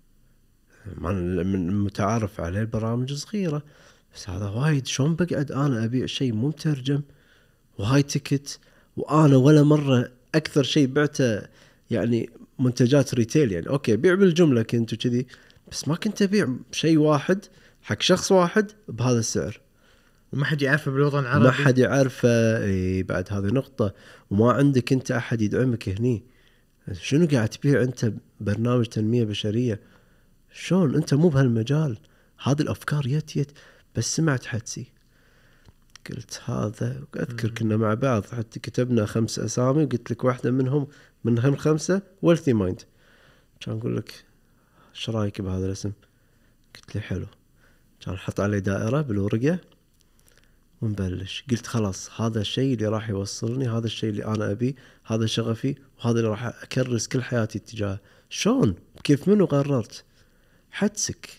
من متعارف عليه البرامج صغيرة، بس هذا وايد. شلون بقعد أنا أبيع شيء مو مترجم وهاي تيكت؟ وأنا ولا مرة أكثر شيء بعته يعني منتجات ريتيل، يعني أوكي بيع بالجملة كنت كذي، بس ما كنت أبيع شيء واحد حق شخص واحد بهذا السعر وما حد يعرفه بالوطن العربي، ما حد يعرفه. بعد هذه نقطة، وما عندك أنت أحد يدعمك هني. شنو قاعد تبيع أنت؟ برنامج تنمية بشرية؟ شلون انت مو بهالمجال؟ هذه الافكار يت بس سمعت حدسي قلت هذا. اذكر كنا مع بعض حتى كتبنا 5 اسامي وقلت لك واحده منهم 5 ويلثي مايند. كان اقول لك ايش رايك بهذا الاسم؟ قلت لي حلو. كان نحط عليه دائره بالورقه ونبلش. قلت خلاص هذا الشيء اللي راح يوصلني، هذا الشيء اللي انا ابي، هذا شغفي، وهذا اللي راح اكرس كل حياتي اتجاهه. شلون؟ كيف منو قررت؟ حدسك.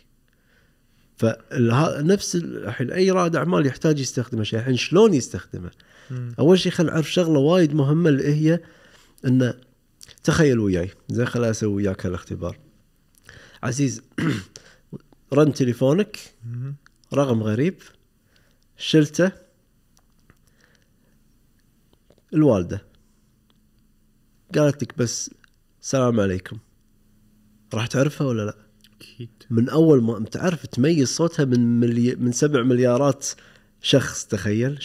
فنفس الحين اي رائد اعمال يحتاج يستخدم شيء. الحين شلون يستخدمه؟ اول شيء خل نعرف شغله وايد مهمه اللي هي ان تخيل وياي زين، خل اسوي وياك هالاختبار عزيز. رن تليفونك، رقم غريب، شلته، الوالده قالت لك بس السلام عليكم، راح تعرفها ولا لا؟ أكيد. من أول ما تعرف تميز صوتها من 7 مليارات شخص. تخيل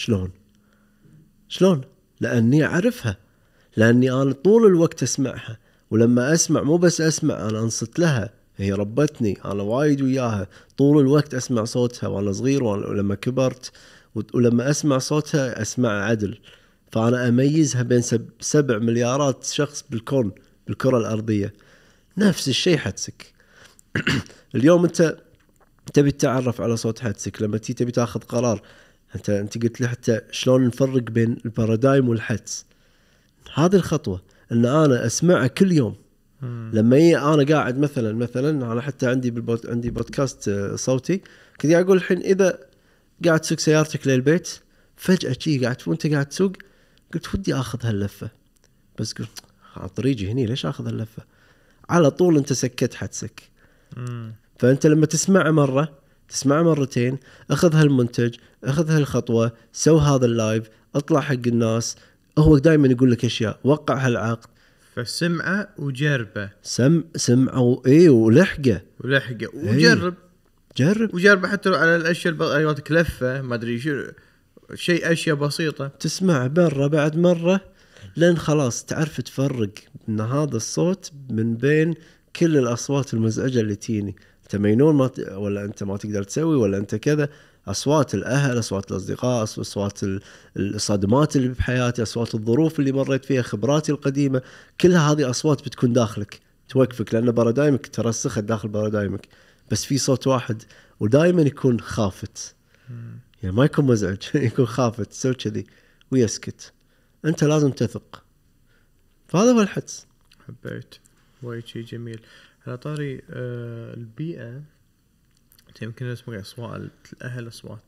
شلون؟ لأني أعرفها، لأني أنا طول الوقت أسمعها، ولما أسمع مو بس أسمع، أنا أنصت لها. هي ربتني أنا وايد وياها، طول الوقت أسمع صوتها وأنا صغير ولما كبرت، ولما أسمع صوتها أسمع عدل. فأنا أميزها بين 7 مليارات شخص بالكون، بالكرة الأرضية. نفس الشيء حدسك. اليوم انت تبي تتعرف على صوت حدسك، لما تبي تاخذ قرار. انت قلت لي حتى شلون نفرق بين البارادايم والحدس. هذه الخطوه ان انا اسمعها كل يوم. لما انا قاعد مثلا انا حتى عندي بودكاست صوتي، كنت قاعد اقول الحين اذا قاعد تسوق سيارتك للبيت فجاه وانت قاعد تسوق قلت ودي اخذ هاللفه، بس قلت على طريقي هني ليش اخذ هاللفه؟ على طول انت سكت حدسك. فانت لما تسمع مرة، تسمع مرتين، اخذ هالمنتج، اخذ هالخطوة، سو هذا اللايف، اطلع حق الناس. هو دائما يقول لك اشياء، وقع هالعقد. فسمعه وجربه. سمعه ولحقه وجرب. جرب وجرب حتى على الاشياء اللي لفه ما ادري شو شيء، اشياء بسيطة. تسمع مرة بعد مرة لين خلاص تعرف تفرق ان هذا الصوت من بين كل الأصوات المزعجة اللي تيني. أنت مينون ولا أنت ما تقدر تسوي ولا أنت كذا. أصوات الأهل، أصوات الأصدقاء، أصوات الصدمات اللي بحياتي، أصوات الظروف اللي مريت فيها، خبراتي القديمة، كلها هذه أصوات بتكون داخلك توقفك، لأن بارادايمك ترسخت داخل بارادايمك. بس في صوت واحد ودائما يكون خافت، يعني ما يكون مزعج يكون خافت، تسوي كذي ويسكت. أنت لازم تثق. فهذا هو الحدس. حبيت. وايد شيء جميل. على طاري البيئة، يمكن اسمه أصوات الأهل، أصوات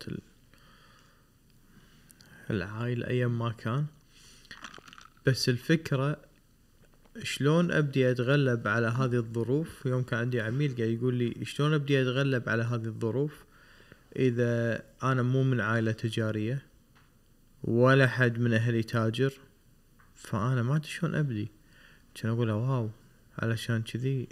العائلة، أيا ما كان. بس الفكرة شلون أبدي أتغلب على هذه الظروف. يوم كان عندي عميل قاعد يقول لي شلون أبدي أتغلب على هذه الظروف إذا أنا مو من عائلة تجارية ولا حد من أهلي تاجر، فأنا ما أدري شلون أبدي. كان أقول له واو، علشان كذي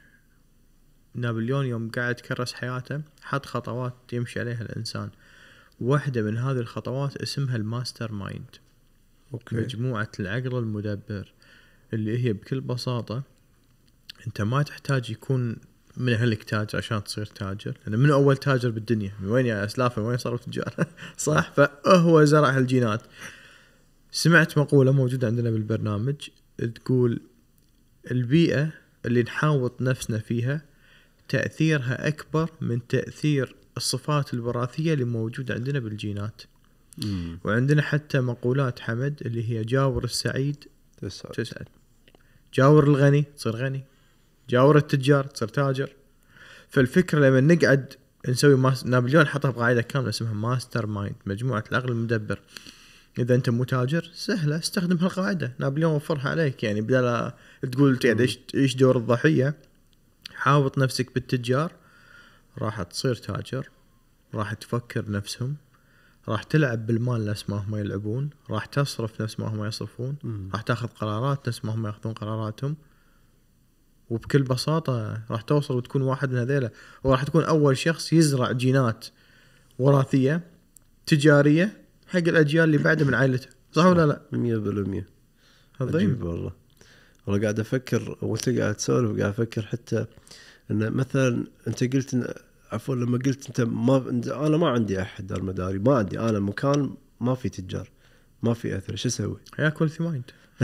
نابليون يوم قاعد كرس حياته حط خطوات يمشي عليها الإنسان. واحدة من هذه الخطوات اسمها الماستر مايند، مجموعة العقل المدبر، اللي هي بكل بساطة أنت ما تحتاج يكون من أهلك تاجر عشان تصير تاجر، لأن من أول تاجر بالدنيا من وين يا أسلافه، من وين صاروا تجار؟ صح. فهو زرع الجينات. سمعت مقولة موجودة عندنا بالبرنامج تقول البيئة اللي نحاوط نفسنا فيها تأثيرها أكبر من تأثير الصفات الوراثية اللي موجودة عندنا بالجينات. وعندنا حتى مقولات حمد اللي هي جاور السعيد تسعد، جاور الغني تصير غني، جاور التجار تصير تاجر. فالفكرة لما نقعد نسوي نابليون حطها بقاعدة كاملة اسمها ماستر مايند، مجموعة العقل المدبر. إذا أنت مو تاجر سهلة استخدم هالقاعدة، نابليون وفرها عليك. يعني بدل تقول تعيش دور الضحية، حاوط نفسك بالتجار، راح تصير تاجر، راح تفكر نفسهم، راح تلعب بالمال نفس ما هم يلعبون، راح تصرف نفس ما هم يصرفون، راح تاخذ قرارات نفس ما هم ياخذون قراراتهم. وبكل بساطة راح توصل وتكون واحد من هذيلا، وراح تكون أول شخص يزرع جينات وراثية تجارية حق الأجيال اللي بعده من عائلته. صح ولا لا؟ 100%. عظيم والله قاعد أفكر وأنت قاعد تسولف، قاعد أفكر حتى إن مثلا أنت قلت إن عفوا لما قلت أنت أنا ما عندي أحد دار مداري، ما عندي أنا مكان ما في تجار ما في أثر، شو أسوي؟ ياكل ثمايند.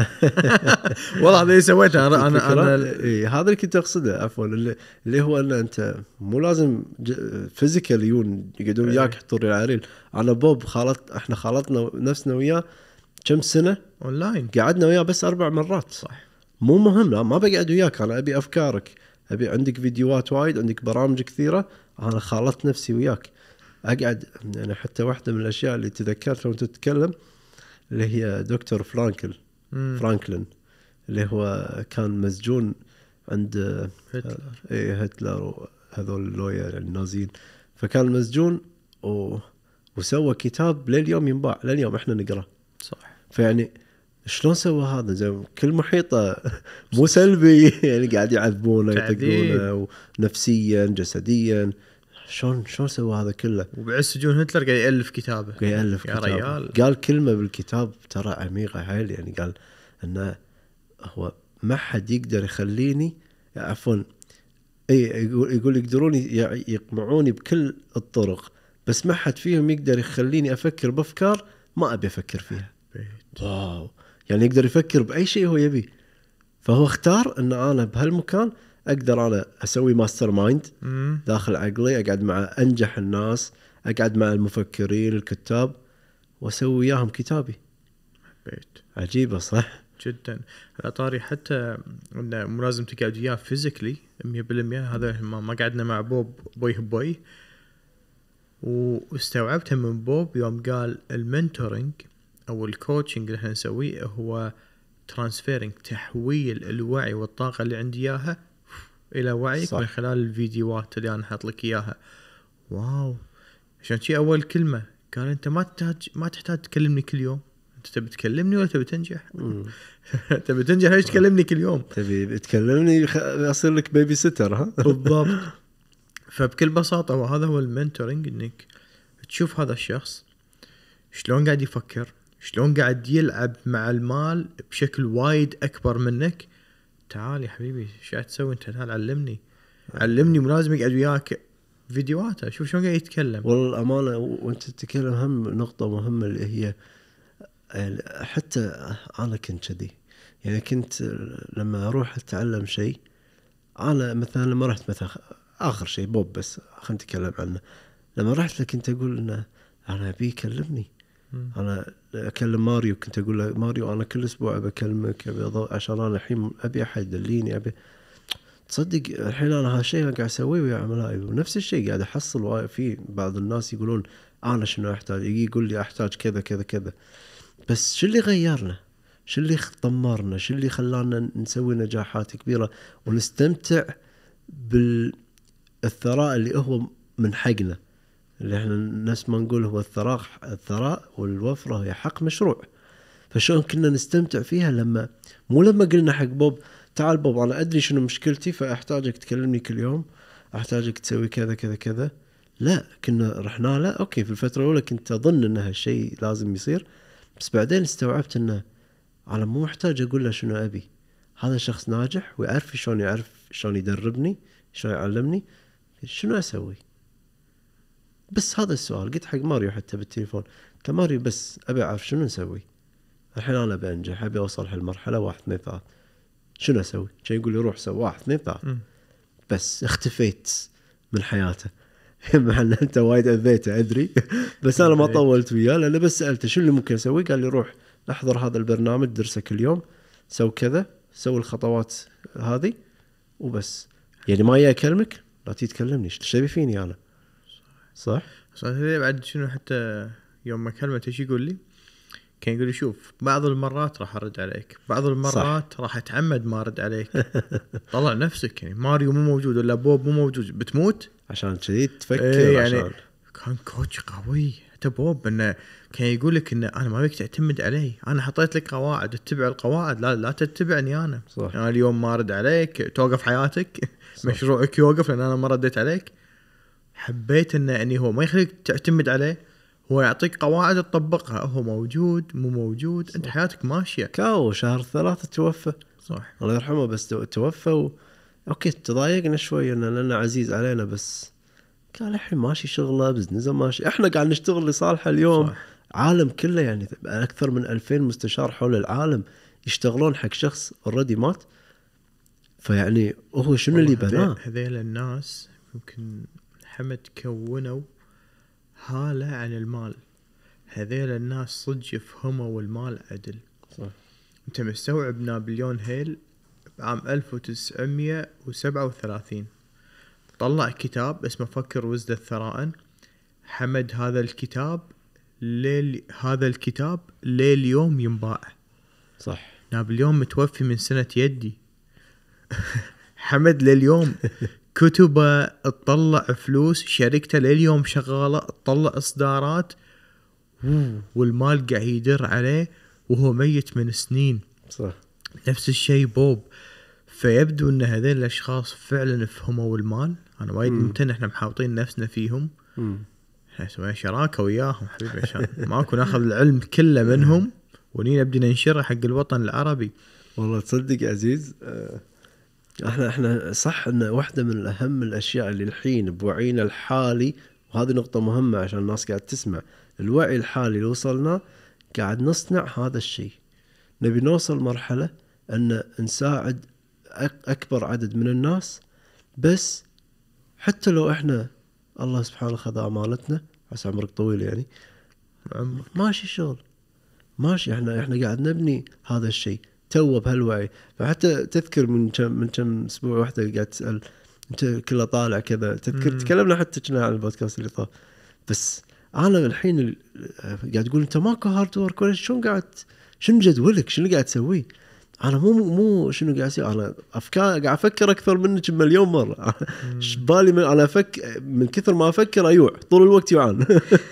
والله هذا اللي سويته أنا هذا اللي كنت أقصده. عفوا اللي هو أن أنت مو لازم فيزيكال يقعدون وياك يحطون العريل. أنا بوب إحنا خالطنا نفسنا وياه كم سنة أونلاين، قعدنا وياه بس 4 مرات. صح. مو مهم، لا ما بقعد وياك، أنا أبي أفكارك، أبي عندك فيديوهات وايد، عندك برامج كثيرة، أنا خالطت نفسي وياك أقعد. يعني حتى واحدة من الأشياء اللي تذكرت وأنت تتكلم اللي هي دكتور فرانكلين اللي هو كان مسجون عند هتلر وهذول اللويا النازين. فكان مسجون وسوى كتاب لليوم ينباع، لليوم احنا نقرأ. صح. فيعني شلون سوى هذا؟ زي كل محيطه مو سلبي يعني قاعد يعذبونه يطقونه نفسيا جسديا. شلون سوى هذا كله؟ وبعد سجون هتلر قاعد يألف كتابه. يا ريال قال كلمة بالكتاب ترى عميقة حيل. يعني قال انه هو ما حد يقدر يخليني، عفوا يقول يقدرون يقمعوني بكل الطرق، بس ما حد فيهم يقدر يخليني افكر بافكار ما ابي افكر فيها. واو، يعني يقدر يفكر بأي شيء هو يبي. فهو اختار ان انا بهالمكان اقدر انا اسوي ماستر مايند داخل عقلي، اقعد مع انجح الناس، اقعد مع المفكرين الكتاب واسوي وياهم كتابي. عجيبة صح جدا. على طاري حتى انه مو لازم تقعد وياه فيزيكلي 100%. هذا ما قعدنا مع بوب بوي واستوعبتها من بوب يوم قال المنتورنج او الكوتشنج اللي احنا نسويه هو ترانسفيرنج، تحويل الوعي والطاقة اللي عندي اياها الى وعيك صح. من خلال الفيديوهات اللي انا حاط لك اياها. واو، عشان شيء اول كلمة قال انت ما تحتاج تكلمني كل يوم، انت تبي تكلمني ولا تبي تنجح؟ تبي تنجح ليش تكلمني كل يوم؟ تبي تكلمني اصير لك بيبي ستر. ها بالضبط. فبكل بساطة وهذا هو المنتورنج، انك تشوف هذا الشخص شلون قاعد يفكر، شلون قاعد يلعب مع المال بشكل وايد اكبر منك. تعال يا حبيبي ايش قاعد تسوي انت؟ تعال علمني. مو لازم يقعد وياك فيديوهاته، شوف شلون قاعد يتكلم. والله الامانه وانت تتكلم هم نقطه مهمه اللي هي حتى انا كنت كذي. يعني كنت لما اروح اتعلم شيء، انا مثلا لما رحت مثلا اخر شيء بوب بس خلينا نتكلم عنه، لما رحت له كنت اقول انه انا ابي يكلمني. انا اكلم ماريو، كنت اقول له ماريو انا كل اسبوع بكلمك عشان انا الحين ابي احد يدليني، ابي تصدق الحين انا هالشيء قاعد اسويه ويا عملائي، ونفس الشيء قاعد احصل في بعض الناس يقولون انا شنو احتاج، يجي يقول لي احتاج كذا كذا كذا. بس شو اللي غيرنا؟ شو اللي طمرنا؟ شو اللي خلانا نسوي نجاحات كبيرة ونستمتع بالثراء اللي هو من حقنا، اللي احنا نفس ما نقول هو الثراء والوفرة هي حق مشروع. فشلون كنا نستمتع فيها لما قلنا حق بوب تعال بوب انا ادري شنو مشكلتي فاحتاجك تكلمني كل يوم، احتاجك تسوي كذا كذا كذا. لا، كنا رحنا له اوكي في الفترة الاولى كنت اظن ان هالشيء لازم يصير، بس بعدين استوعبت انه انا مو محتاج اقول له شنو ابي. هذا شخص ناجح ويعرف شلون يدربني، شلون يعلمني شنو اسوي. بس هذا السؤال قلت حق ماريو حتى بالتليفون، قلت ماريو بس ابي اعرف شنو نسوي الحين، انا بنجح ابي اوصل هالمرحله 1 2 3 شنو اسوي؟ كان يقول لي روح سوي 1 2 3 بس. اختفيت من حياته مع ان انت وايد اذيته ادري بس انا ما طولت وياه، لان بس سالته شو اللي ممكن اسوي، قال لي روح احضر هذا البرنامج درسه كل يوم، سوي كذا، سوي الخطوات هذه وبس. يعني ما جاي اكلمك لا تتكلمني، ايش تبي فيني انا؟ صح بعد شنو حتى يوم ما كلمته ايش يقول لي؟ كان يقول لي شوف بعض المرات راح ارد عليك، بعض المرات راح اتعمد ما ارد عليك. طلع نفسك يعني ماريو مو موجود ولا بوب مو موجود بتموت عشان كذي تفكر. يعني عشان كان كوتش قوي حتى بوب، انه كان يقول لك ان انا ما بيك تعتمد علي، انا حطيت لك قواعد اتبع القواعد، لا تتبعني انا. صح. يعني اليوم ما ارد عليك توقف حياتك مشروعك يوقف لان انا ما رديت عليك. حبيت انه يعني هو ما يخليك تعتمد عليه، هو يعطيك قواعد تطبقها، هو موجود مو موجود انت حياتك ماشيه. كاو شهر 3 توفى، صح الله يرحمه، بس توفى اوكي تضايقنا شوي لانه عزيز علينا، بس قال الحين ماشي شغله بزنسه ماشي، احنا قاعد نشتغل لصالحه اليوم. صح. عالم كله يعني اكثر من 2000 مستشار حول العالم يشتغلون حق شخص اوريدي مات، فيعني هو شنو اللي بناه؟ هذيل الناس يمكن حمد كونوا هالة عن المال. هذيل الناس صدق يفهموا المال عدل. صح. انت مستوعب نابليون هيل بعام 1937 طلع كتاب اسمه فكر وزد الثراء. حمد هذا الكتاب لليوم ينباع. صح. نابليون متوفي من سنة يدي حمد لليوم كتبه تطلع فلوس، شركته لليوم شغالة تطلع إصدارات، والمال قاعد يدر عليه وهو ميت من سنين. صح. نفس الشيء بوب. فيبدو ان هذين الاشخاص فعلا فهموا المال. انا وايد ممتن احنا محاوطين نفسنا فيهم، احنا سوينا شراكه وياهم حبيبي عشان ماكو ناخذ العلم كله منهم ونبدي ننشره حق الوطن العربي. والله تصدق يا عزيز، احنا صح ان واحده من اهم الاشياء اللي الحين بوعينا الحالي، وهذه نقطه مهمه عشان الناس قاعد تسمع، الوعي الحالي اللي وصلنا قاعد نصنع هذا الشيء. نبي نوصل مرحله ان نساعد اكبر عدد من الناس، بس حتى لو احنا الله سبحانه خذ امانتنا، عسى عمرك طويل يعني، ماشي شغل ماشي، احنا قاعد نبني هذا الشيء تو بهالوعي. فحتى تذكر من كم اسبوع واحده قاعد تسال انت كله طالع كذا، تذكر تكلمنا حتى كنا على البودكاست اللي طاف، بس انا الحين قاعد تقول انت ماكو هارد ورك ولا شلون قاعد، شنو جدولك، شنو قاعد تسوي؟ انا مو شنو قاعد اسوي، انا قاعد افكر اكثر منك بمليون مره. بالي انا من كثر ما افكر ايوع طول الوقت يوعان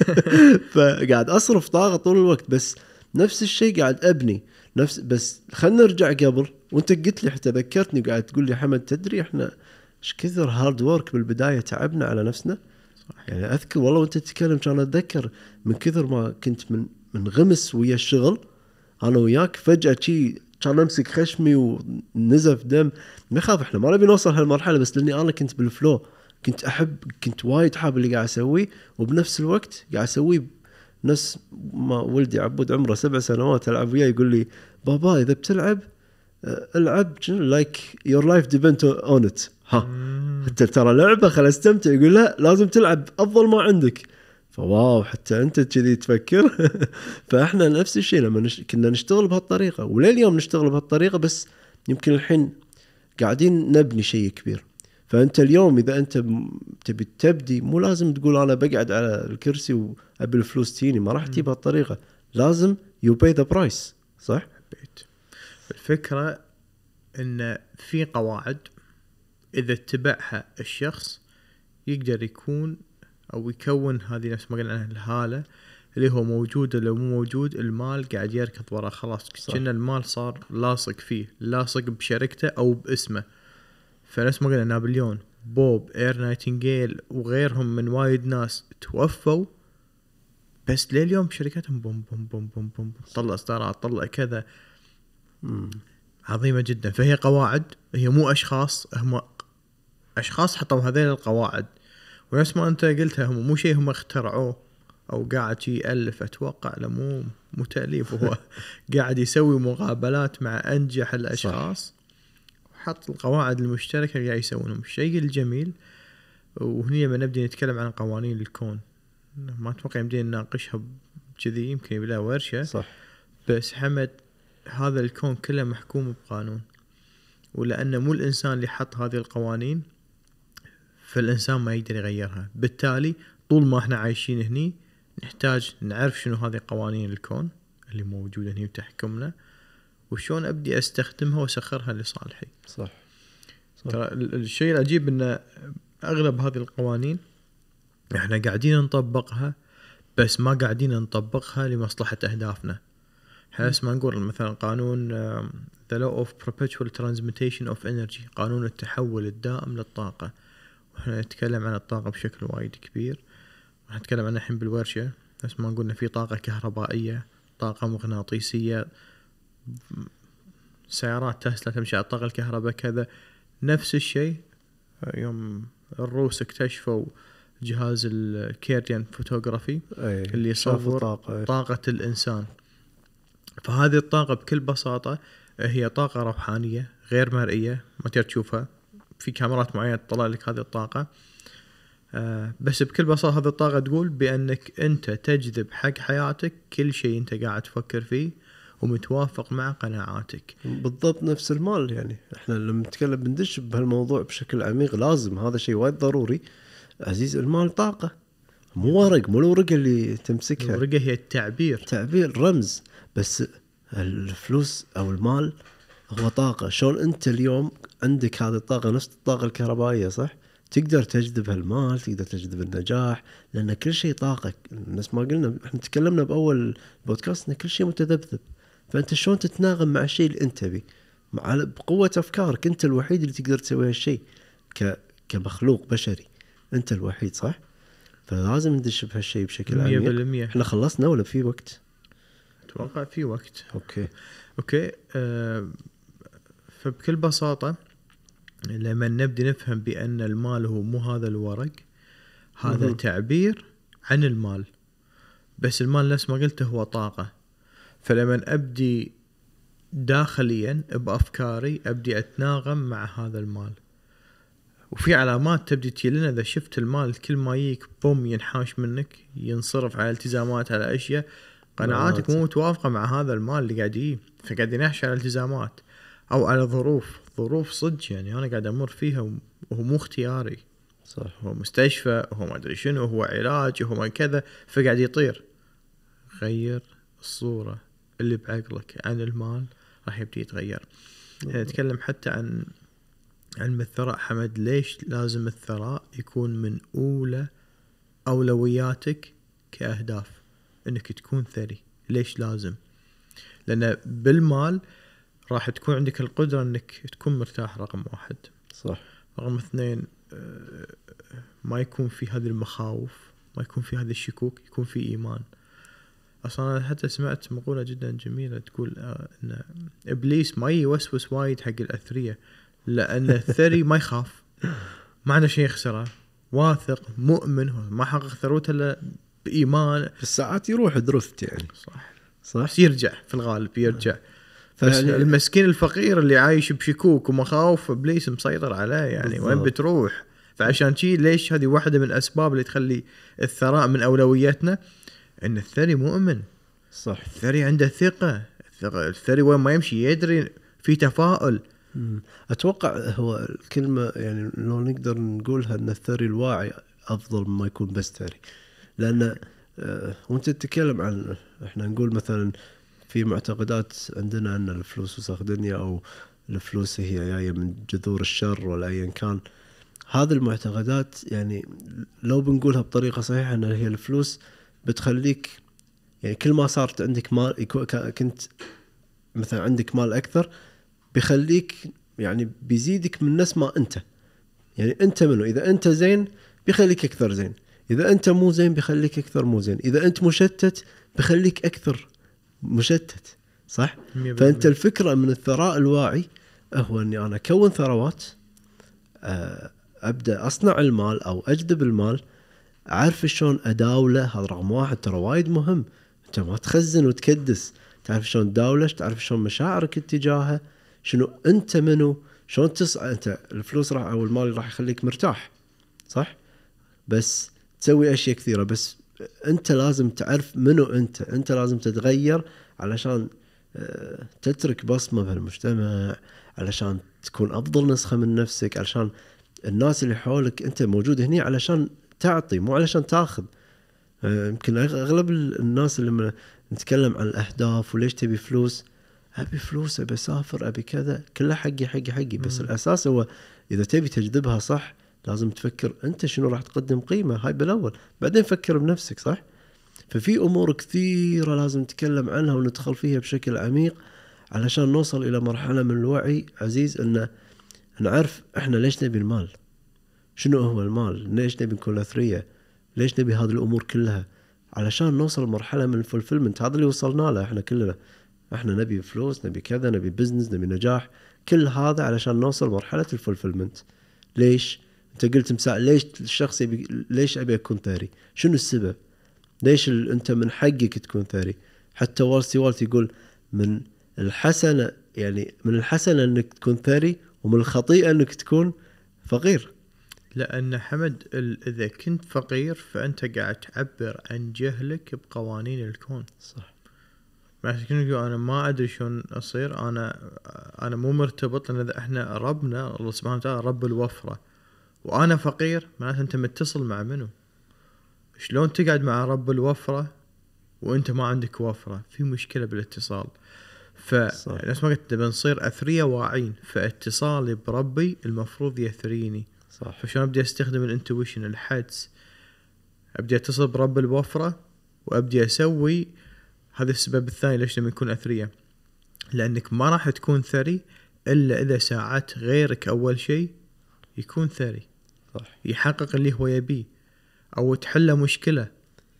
فقاعد اصرف طاقه طول الوقت، بس نفس الشيء قاعد ابني بس خلينا نرجع قبل. وانت قلت لي حتى ذكرتني وقاعد تقول لي حمد تدري احنا ايش كثر هارد وورك بالبدايه تعبنا على نفسنا. يعني اذكر والله وانت تتكلم كان اتذكر من كثر ما كنت من غمس ويا الشغل انا وياك، فجاه شي كان امسك خشمي ونزف دم. ما يخاف، احنا ما نبي نوصل هالمرحله، بس لاني انا كنت بالفلو، كنت وايد حاب اللي قاعد اسويه، وبنفس الوقت قاعد اسويه نفس ما ولدي عبود عمره 7 سنوات العب وياه يقول لي بابا اذا بتلعب العب لايك يور لايف ديبنت اون ات. ها حتى ترى لعبه خل استمتع، يقول لا لازم تلعب افضل ما عندك. فواو حتى انت كذي تفكر فاحنا نفس الشيء لما كنا نشتغل بهالطريقه، ولليوم نشتغل بهالطريقه، بس يمكن الحين قاعدين نبني شيء كبير. فانت اليوم اذا انت تبي تبدي، مو لازم تقول انا بقعد على الكرسي وابي الفلوس تجيني، ما راح تجي بهالطريقه، لازم you pay the price. صح. الفكره ان في قواعد اذا اتبعها الشخص يقدر يكون او يكون هذه نفس ما قلنا عنها الهاله اللي هو موجود. لو مو موجود المال قاعد يركض وراه خلاص، كأن المال صار لاصق فيه، لاصق بشركته او باسمه. فنفس ما قلنا نابليون، بوب، اير نايتنجيل وغيرهم من وايد ناس توفوا، بس لليوم شركتهم بوم بوم بوم بوم بوم طلع اصدارات، طلع كذا عظيمة جدا. فهي قواعد، هي مو أشخاص، هم أشخاص حطوا هذيل القواعد. ونفس ما أنت قلتها، هم مو شيء هم اخترعوه أو قاعد يألف. أتوقع له مو تأليف، هو قاعد يسوي مقابلات مع أنجح الأشخاص وحط القواعد المشتركة قاعد يسوونهم. الشيء الجميل، وهني لما نبدأ نتكلم عن قوانين الكون، ما أتوقع يمدينا نناقشها كذي، يمكن يبلا ورشة. صح. بس حمد، هذا الكون كله محكوم بقانون، ولأنه مو الإنسان اللي حط هذه القوانين فالإنسان ما يقدر يغيرها. بالتالي طول ما احنا عايشين هني نحتاج نعرف شنو هذه قوانين الكون اللي موجودة هني وتحكمنا، وشون أبدي أستخدمها وأسخرها لصالحي. صح. ترى الشيء العجيب إن أغلب هذه القوانين احنا قاعدين نطبقها، بس ما قاعدين نطبقها لمصلحة أهدافنا. حيث ما نقول مثلا قانون The Law of Perpetual Transmutation of Energy، قانون التحول الدائم للطاقة. وإحنا نتكلم عن الطاقة بشكل وايد كبير، راح نتكلم عنها الحين بالورشة. بس ما نقولنا في طاقة كهربائية، طاقة مغناطيسية، سيارات تسلا تمشي على الطاقة الكهرباء كذا. نفس الشيء يوم الروس اكتشفوا جهاز الكيريان فوتوغرافي اللي يصور طاقة الإنسان. فهذه الطاقة بكل بساطة هي طاقة روحانية غير مرئية، ما تقدر تشوفها، في كاميرات معينة تطلع لك هذه الطاقة. بس بكل بساطة هذه الطاقة تقول بأنك أنت تجذب حق حياتك كل شيء أنت قاعد تفكر فيه ومتوافق مع قناعاتك. بالضبط نفس المال. يعني احنا لما نتكلم بندش بهالموضوع بشكل عميق، لازم هذا شيء وايد ضروري عزيز. المال طاقة، مو ورق، مو الورقة اللي تمسكها. الورقة هي تعبير رمز. بس الفلوس أو المال هو طاقة. شلون أنت اليوم عندك هذه الطاقة نفس الطاقة الكهربائية، صح؟ تقدر تجذب هالمال، تقدر تجذب النجاح، لأن كل شيء طاقة. الناس ما قلنا، احنا تكلمنا بأول بودكاست إن كل شيء متذبذب. فأنت شلون تتناغم مع الشيء اللي أنت بيه، بقوة أفكارك. أنت الوحيد اللي تقدر تسوي هالشيء كمخلوق بشري، أنت الوحيد، صح؟ فلازم ندش بهالشيء بشكل عميق. احنا خلصنا ولا في وقت؟ أتوقع في وقت. أوكي. فبكل بساطة لما نبدأ نفهم بأن المال هو مو هذا الورق، هذا تعبير عن المال. بس المال نفس ما قلت هو طاقة. فلما أبدي داخليا بأفكاري أبدي أتناغم مع هذا المال. وفي علامات تبدي تجيلنا إذا شفت المال كل ما يجيك بوم ينحاش منك، ينصرف على التزامات، على أشياء قناعاتك مو متوافقة مع هذا المال اللي قاعد يجي، فقاعد ينحش على التزامات أو على ظروف صدق يعني أنا قاعد أمر فيها وهو مو اختياري. صح. هو مستشفى، هو ما أدري شنو، هو علاج، هو ما كذا، فقاعد يطير. غير الصورة اللي بعقلك عن المال راح يبدي يتغير. نتكلم حتى عن الثراء حمد. ليش لازم الثراء يكون من أولى أولوياتك كأهداف إنك تكون ثري؟ ليش لازم؟ لأن بالمال راح تكون عندك القدرة إنك تكون مرتاح، رقم واحد. صح. رقم اثنين، ما يكون في هذه المخاوف، ما يكون في هذه الشكوك، يكون في إيمان. أصلا أنا حتى سمعت مقولة جدا جميلة تقول إن إبليس ما يوسوس وايد حق الأثرياء، لأن الثري ما يخاف، ما عنده شيء يخسره، واثق مؤمن، ما حقق ثروته إلا بإيمان. بالساعات يروح درفت يعني. صح. بس يرجع في الغالب يرجع. بس المسكين الفقير اللي عايش بشكوك ومخاوف إبليس مسيطر عليه يعني بالضبط. وين بتروح؟ فعشان شيء ليش هذه واحدة من الأسباب اللي تخلي الثراء من أولوياتنا، إن الثري مؤمن. صح. الثري عنده ثقة. الثري وين ما يمشي يدري في تفاؤل. اتوقع هو الكلمه يعني لو نقدر نقولها ان الثري الواعي افضل مما يكون بس ثري، لان وانت تتكلم عن احنا نقول مثلا في معتقدات عندنا ان الفلوس وسخ دنيا، او الفلوس هي جايه من جذور الشر ولا ايا كان. هذه المعتقدات يعني لو بنقولها بطريقه صحيحه ان هي الفلوس بتخليك يعني كل ما صارت عندك مال كنت مثلا عندك مال اكثر بيخليك يعني بيزيدك من نفس ما انت. يعني انت منه اذا انت زين بيخليك اكثر زين، اذا انت مو زين بيخليك اكثر مو زين، اذا انت مشتت بيخليك اكثر مشتت، صح؟ فانت الفكره من الثراء الواعي هو اني انا اكون ثروات، ابدا اصنع المال او اجذب المال، اعرف شلون اداوله. هذا رقم واحد، ترى وايد مهم. انت ما تخزن وتكدس، تعرف شلون تداوله، تعرف شلون مشاعرك اتجاهه، شنو انت منو، شلون انت الفلوس راح او المال راح يخليك مرتاح، صح؟ بس تسوي اشياء كثيره، بس انت لازم تعرف منو انت لازم تتغير علشان تترك بصمه بهالمجتمع، علشان تكون افضل نسخه من نفسك، علشان الناس اللي حولك انت موجود هنا علشان تعطي مو علشان تاخذ. يمكن اغلب الناس اللي لما نتكلم عن الاهداف وليش تبي فلوس، ابي فلوس، ابي اسافر، ابي كذا، كله حقي بس الاساس هو اذا تبي تجذبها صح لازم تفكر انت شنو راح تقدم قيمه، هاي بالاول، بعدين فكر بنفسك، صح؟ ففي امور كثيره لازم نتكلم عنها وندخل فيها بشكل عميق علشان نوصل الى مرحله من الوعي عزيز، ان نعرف احنا ليش نبي المال، شنو هو المال، ليش نبي نكون اثرياء، ليش نبي هذه الامور كلها، علشان نوصل لمرحله من الفولفيلمنت. هذا اللي وصلنا له احنا كلنا، احنا نبي فلوس، نبي كذا، نبي بزنس، نبي نجاح، كل هذا علشان نوصل مرحله الفولفيلمنت. ليش انت قلت مساء ليش الشخص ليش ابي اكون ثري، شنو السبب، ليش انت من حقك تكون ثري؟ حتى والتي يقول من الحسنه، يعني من الحسنه انك تكون ثري، ومن الخطيئه انك تكون فقير. لأن حمد إذا كنت فقير فأنت قاعد تعبر عن جهلك بقوانين الكون، صح؟ ما أنا ما أدري شلون أصير، أنا مو مرتبط، لأن إذا إحنا ربنا الله سبحانه وتعالى رب الوفرة وأنا فقير، معناته أنت متصل مع منو؟ شلون تقعد مع رب الوفرة وأنت ما عندك وفرة؟ في مشكلة بالاتصال. فنفس ما قلت بنصير أثرياء واعين، فاتصالي بربي المفروض يثريني، صح؟ فشلون أبدي أستخدم الانتويشن، الحدس، أبدي أتصل برب الوفرة وأبدي أسوي. هذا السبب الثاني ليش لما يكون أثرياء، لأنك ما راح تكون ثري إلا إذا ساعدت غيرك أول شيء يكون ثري، صح؟ يحقق اللي هو يبيه أو تحل مشكلة.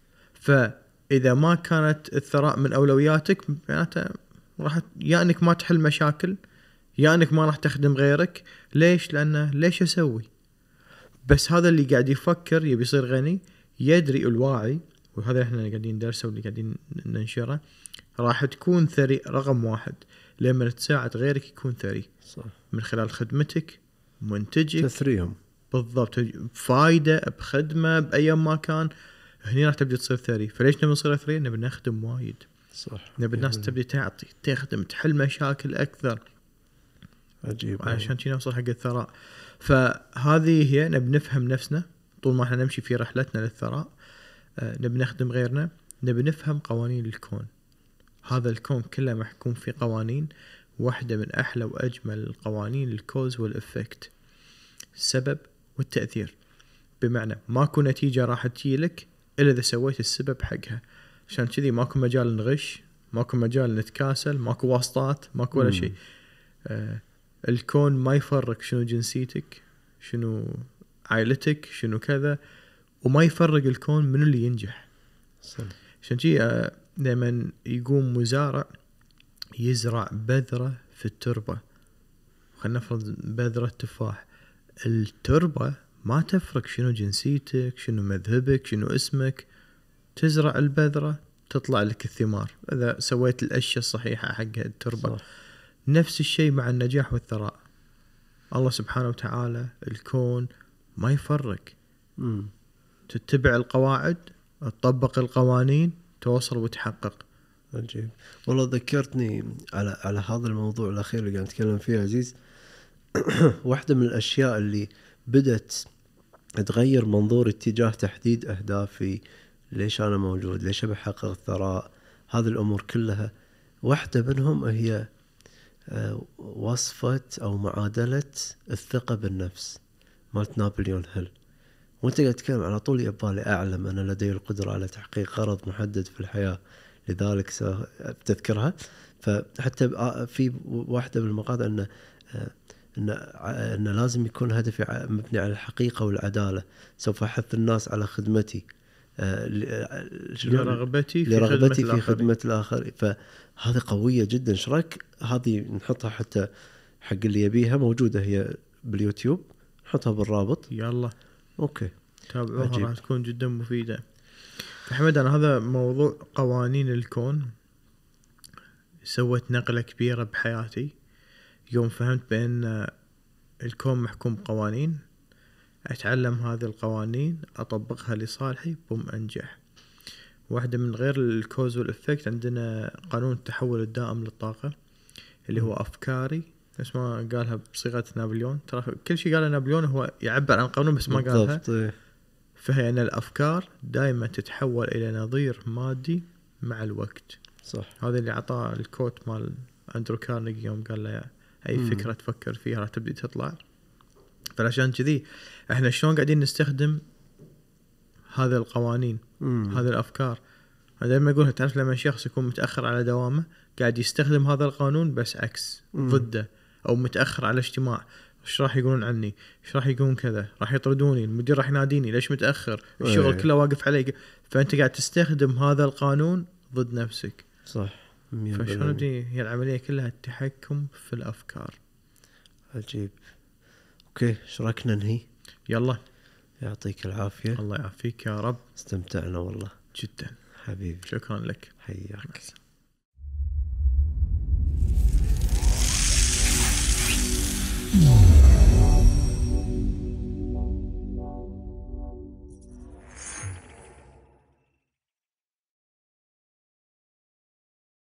فإذا ما كانت الثراء من أولوياتك معناته راح يا أنك ما تحل مشاكل، يا أنك ما راح تخدم غيرك. ليش؟ لأنه ليش أسوي؟ بس هذا اللي قاعد يفكر يبي يصير غني، يدري الواعي، وهذا احنا قاعدين ندرسه واللي قاعدين ننشره، راح تكون ثري رقم واحد لما تساعد غيرك يكون ثري، صح؟ من خلال خدمتك، منتجك، تثريهم بالضبط، فايدة بخدمة بأي ما كان، هني راح تبدي تصير ثري. فليش نبي نصير ثري؟ نبي نخدم وايد، صح، نبي الناس تبدي تعطي، تخدم، تحل مشاكل أكثر، عجيب، عشان كذا نوصل حق الثراء. فهذه هي، نبي نفهم نفسنا طول ما احنا نمشي في رحلتنا للثراء، نبي نخدم غيرنا، نبي نفهم قوانين الكون. هذا الكون كله محكوم في قوانين، واحدة من أحلى وأجمل القوانين الكوز والإفكت، السبب والتأثير. بمعنى ماكو نتيجة راح تجيلك إلا إذا سويت السبب حقها. عشان كذي ماكو مجال نغش، ماكو مجال نتكاسل، ماكو واسطات، ماكو ولا شيء. الكون ما يفرق شنو جنسيتك، شنو عائلتك، شنو كذا، وما يفرق الكون من اللي ينجح. عشان كذي لما يقوم مزارع يزرع بذرة في التربة، خلينا نفرض بذرة تفاح، التربة ما تفرق شنو جنسيتك، شنو مذهبك، شنو اسمك، تزرع البذرة تطلع لك الثمار إذا سويت الأشياء الصحيحة حق التربة. صح. نفس الشيء مع النجاح والثراء، الله سبحانه وتعالى الكون ما يفرق، تتبع القواعد، تطبق القوانين، توصل وتحقق. عجيب والله. ذكرتني على هذا الموضوع الأخير اللي قاعد نتكلم فيه عزيز. واحدة من الأشياء اللي بدت تغير منظور اتجاه تحديد أهدافي، ليش أنا موجود، ليش بحقق الثراء، هذه الأمور كلها، واحدة منهم هي وصفة أو معادلة الثقة بالنفس مالت نابليون هيل. وانت قاعد تتكلم على طول يبالي أعلم أنا لدي القدرة على تحقيق غرض محدد في الحياة، لذلك تذكرها. فحتى في واحدة من المقاطع أن لازم يكون هدفي مبني على الحقيقة والعدالة، سوف أحث الناس على خدمتي، لرغبتي في خدمة الآخر. فهذه قوية جدا. شراك هذه نحطها حتى حق اللي يبيها، موجودة هي باليوتيوب، نحطها بالرابط. يلا أوكي تابعوها، راح تكون جدا مفيدة. أحمد، أنا هذا موضوع قوانين الكون سوت نقلة كبيرة بحياتي يوم فهمت بأن الكون محكوم قوانين، أتعلم هذه القوانين أطبقها لصالحي أنجح. واحدة من غير الكوز والإفكت عندنا قانون التحول الدائم للطاقة اللي هو أفكاري، اسمه قالها بصيغة نابليون. ترى كل شيء قاله نابليون هو يعبر عن قانون بس ما قالها. فهي أن الأفكار دائما تتحول إلى نظير مادي مع الوقت. صح. هذا اللي عطاه الكوت مال أندرو كارنيجي يوم قال له أي فكرة تفكر فيها راح تبدي تطلع. فعشان كذي احنا شلون قاعدين نستخدم هذه القوانين، هذه الأفكار. أنا دائما أقولها، تعرف لما شخص يكون متأخر على دوامه قاعد يستخدم هذا القانون بس عكس ضده، أو متأخر على اجتماع، إيش راح يقولون عني، إيش راح يقولون كذا، راح يطردوني، المدير راح يناديني ليش متأخر، الشغل كله واقف عليك. فأنت قاعد تستخدم هذا القانون ضد نفسك. صح. فشلون دي هي العملية كلها التحكم في الأفكار. عجيب. أوكي، إيش رأيك ننهي؟ يلا، يعطيك العافية. الله يعافيك يا رب. استمتعنا والله جدا حبيبي. شكرا لك. حياك.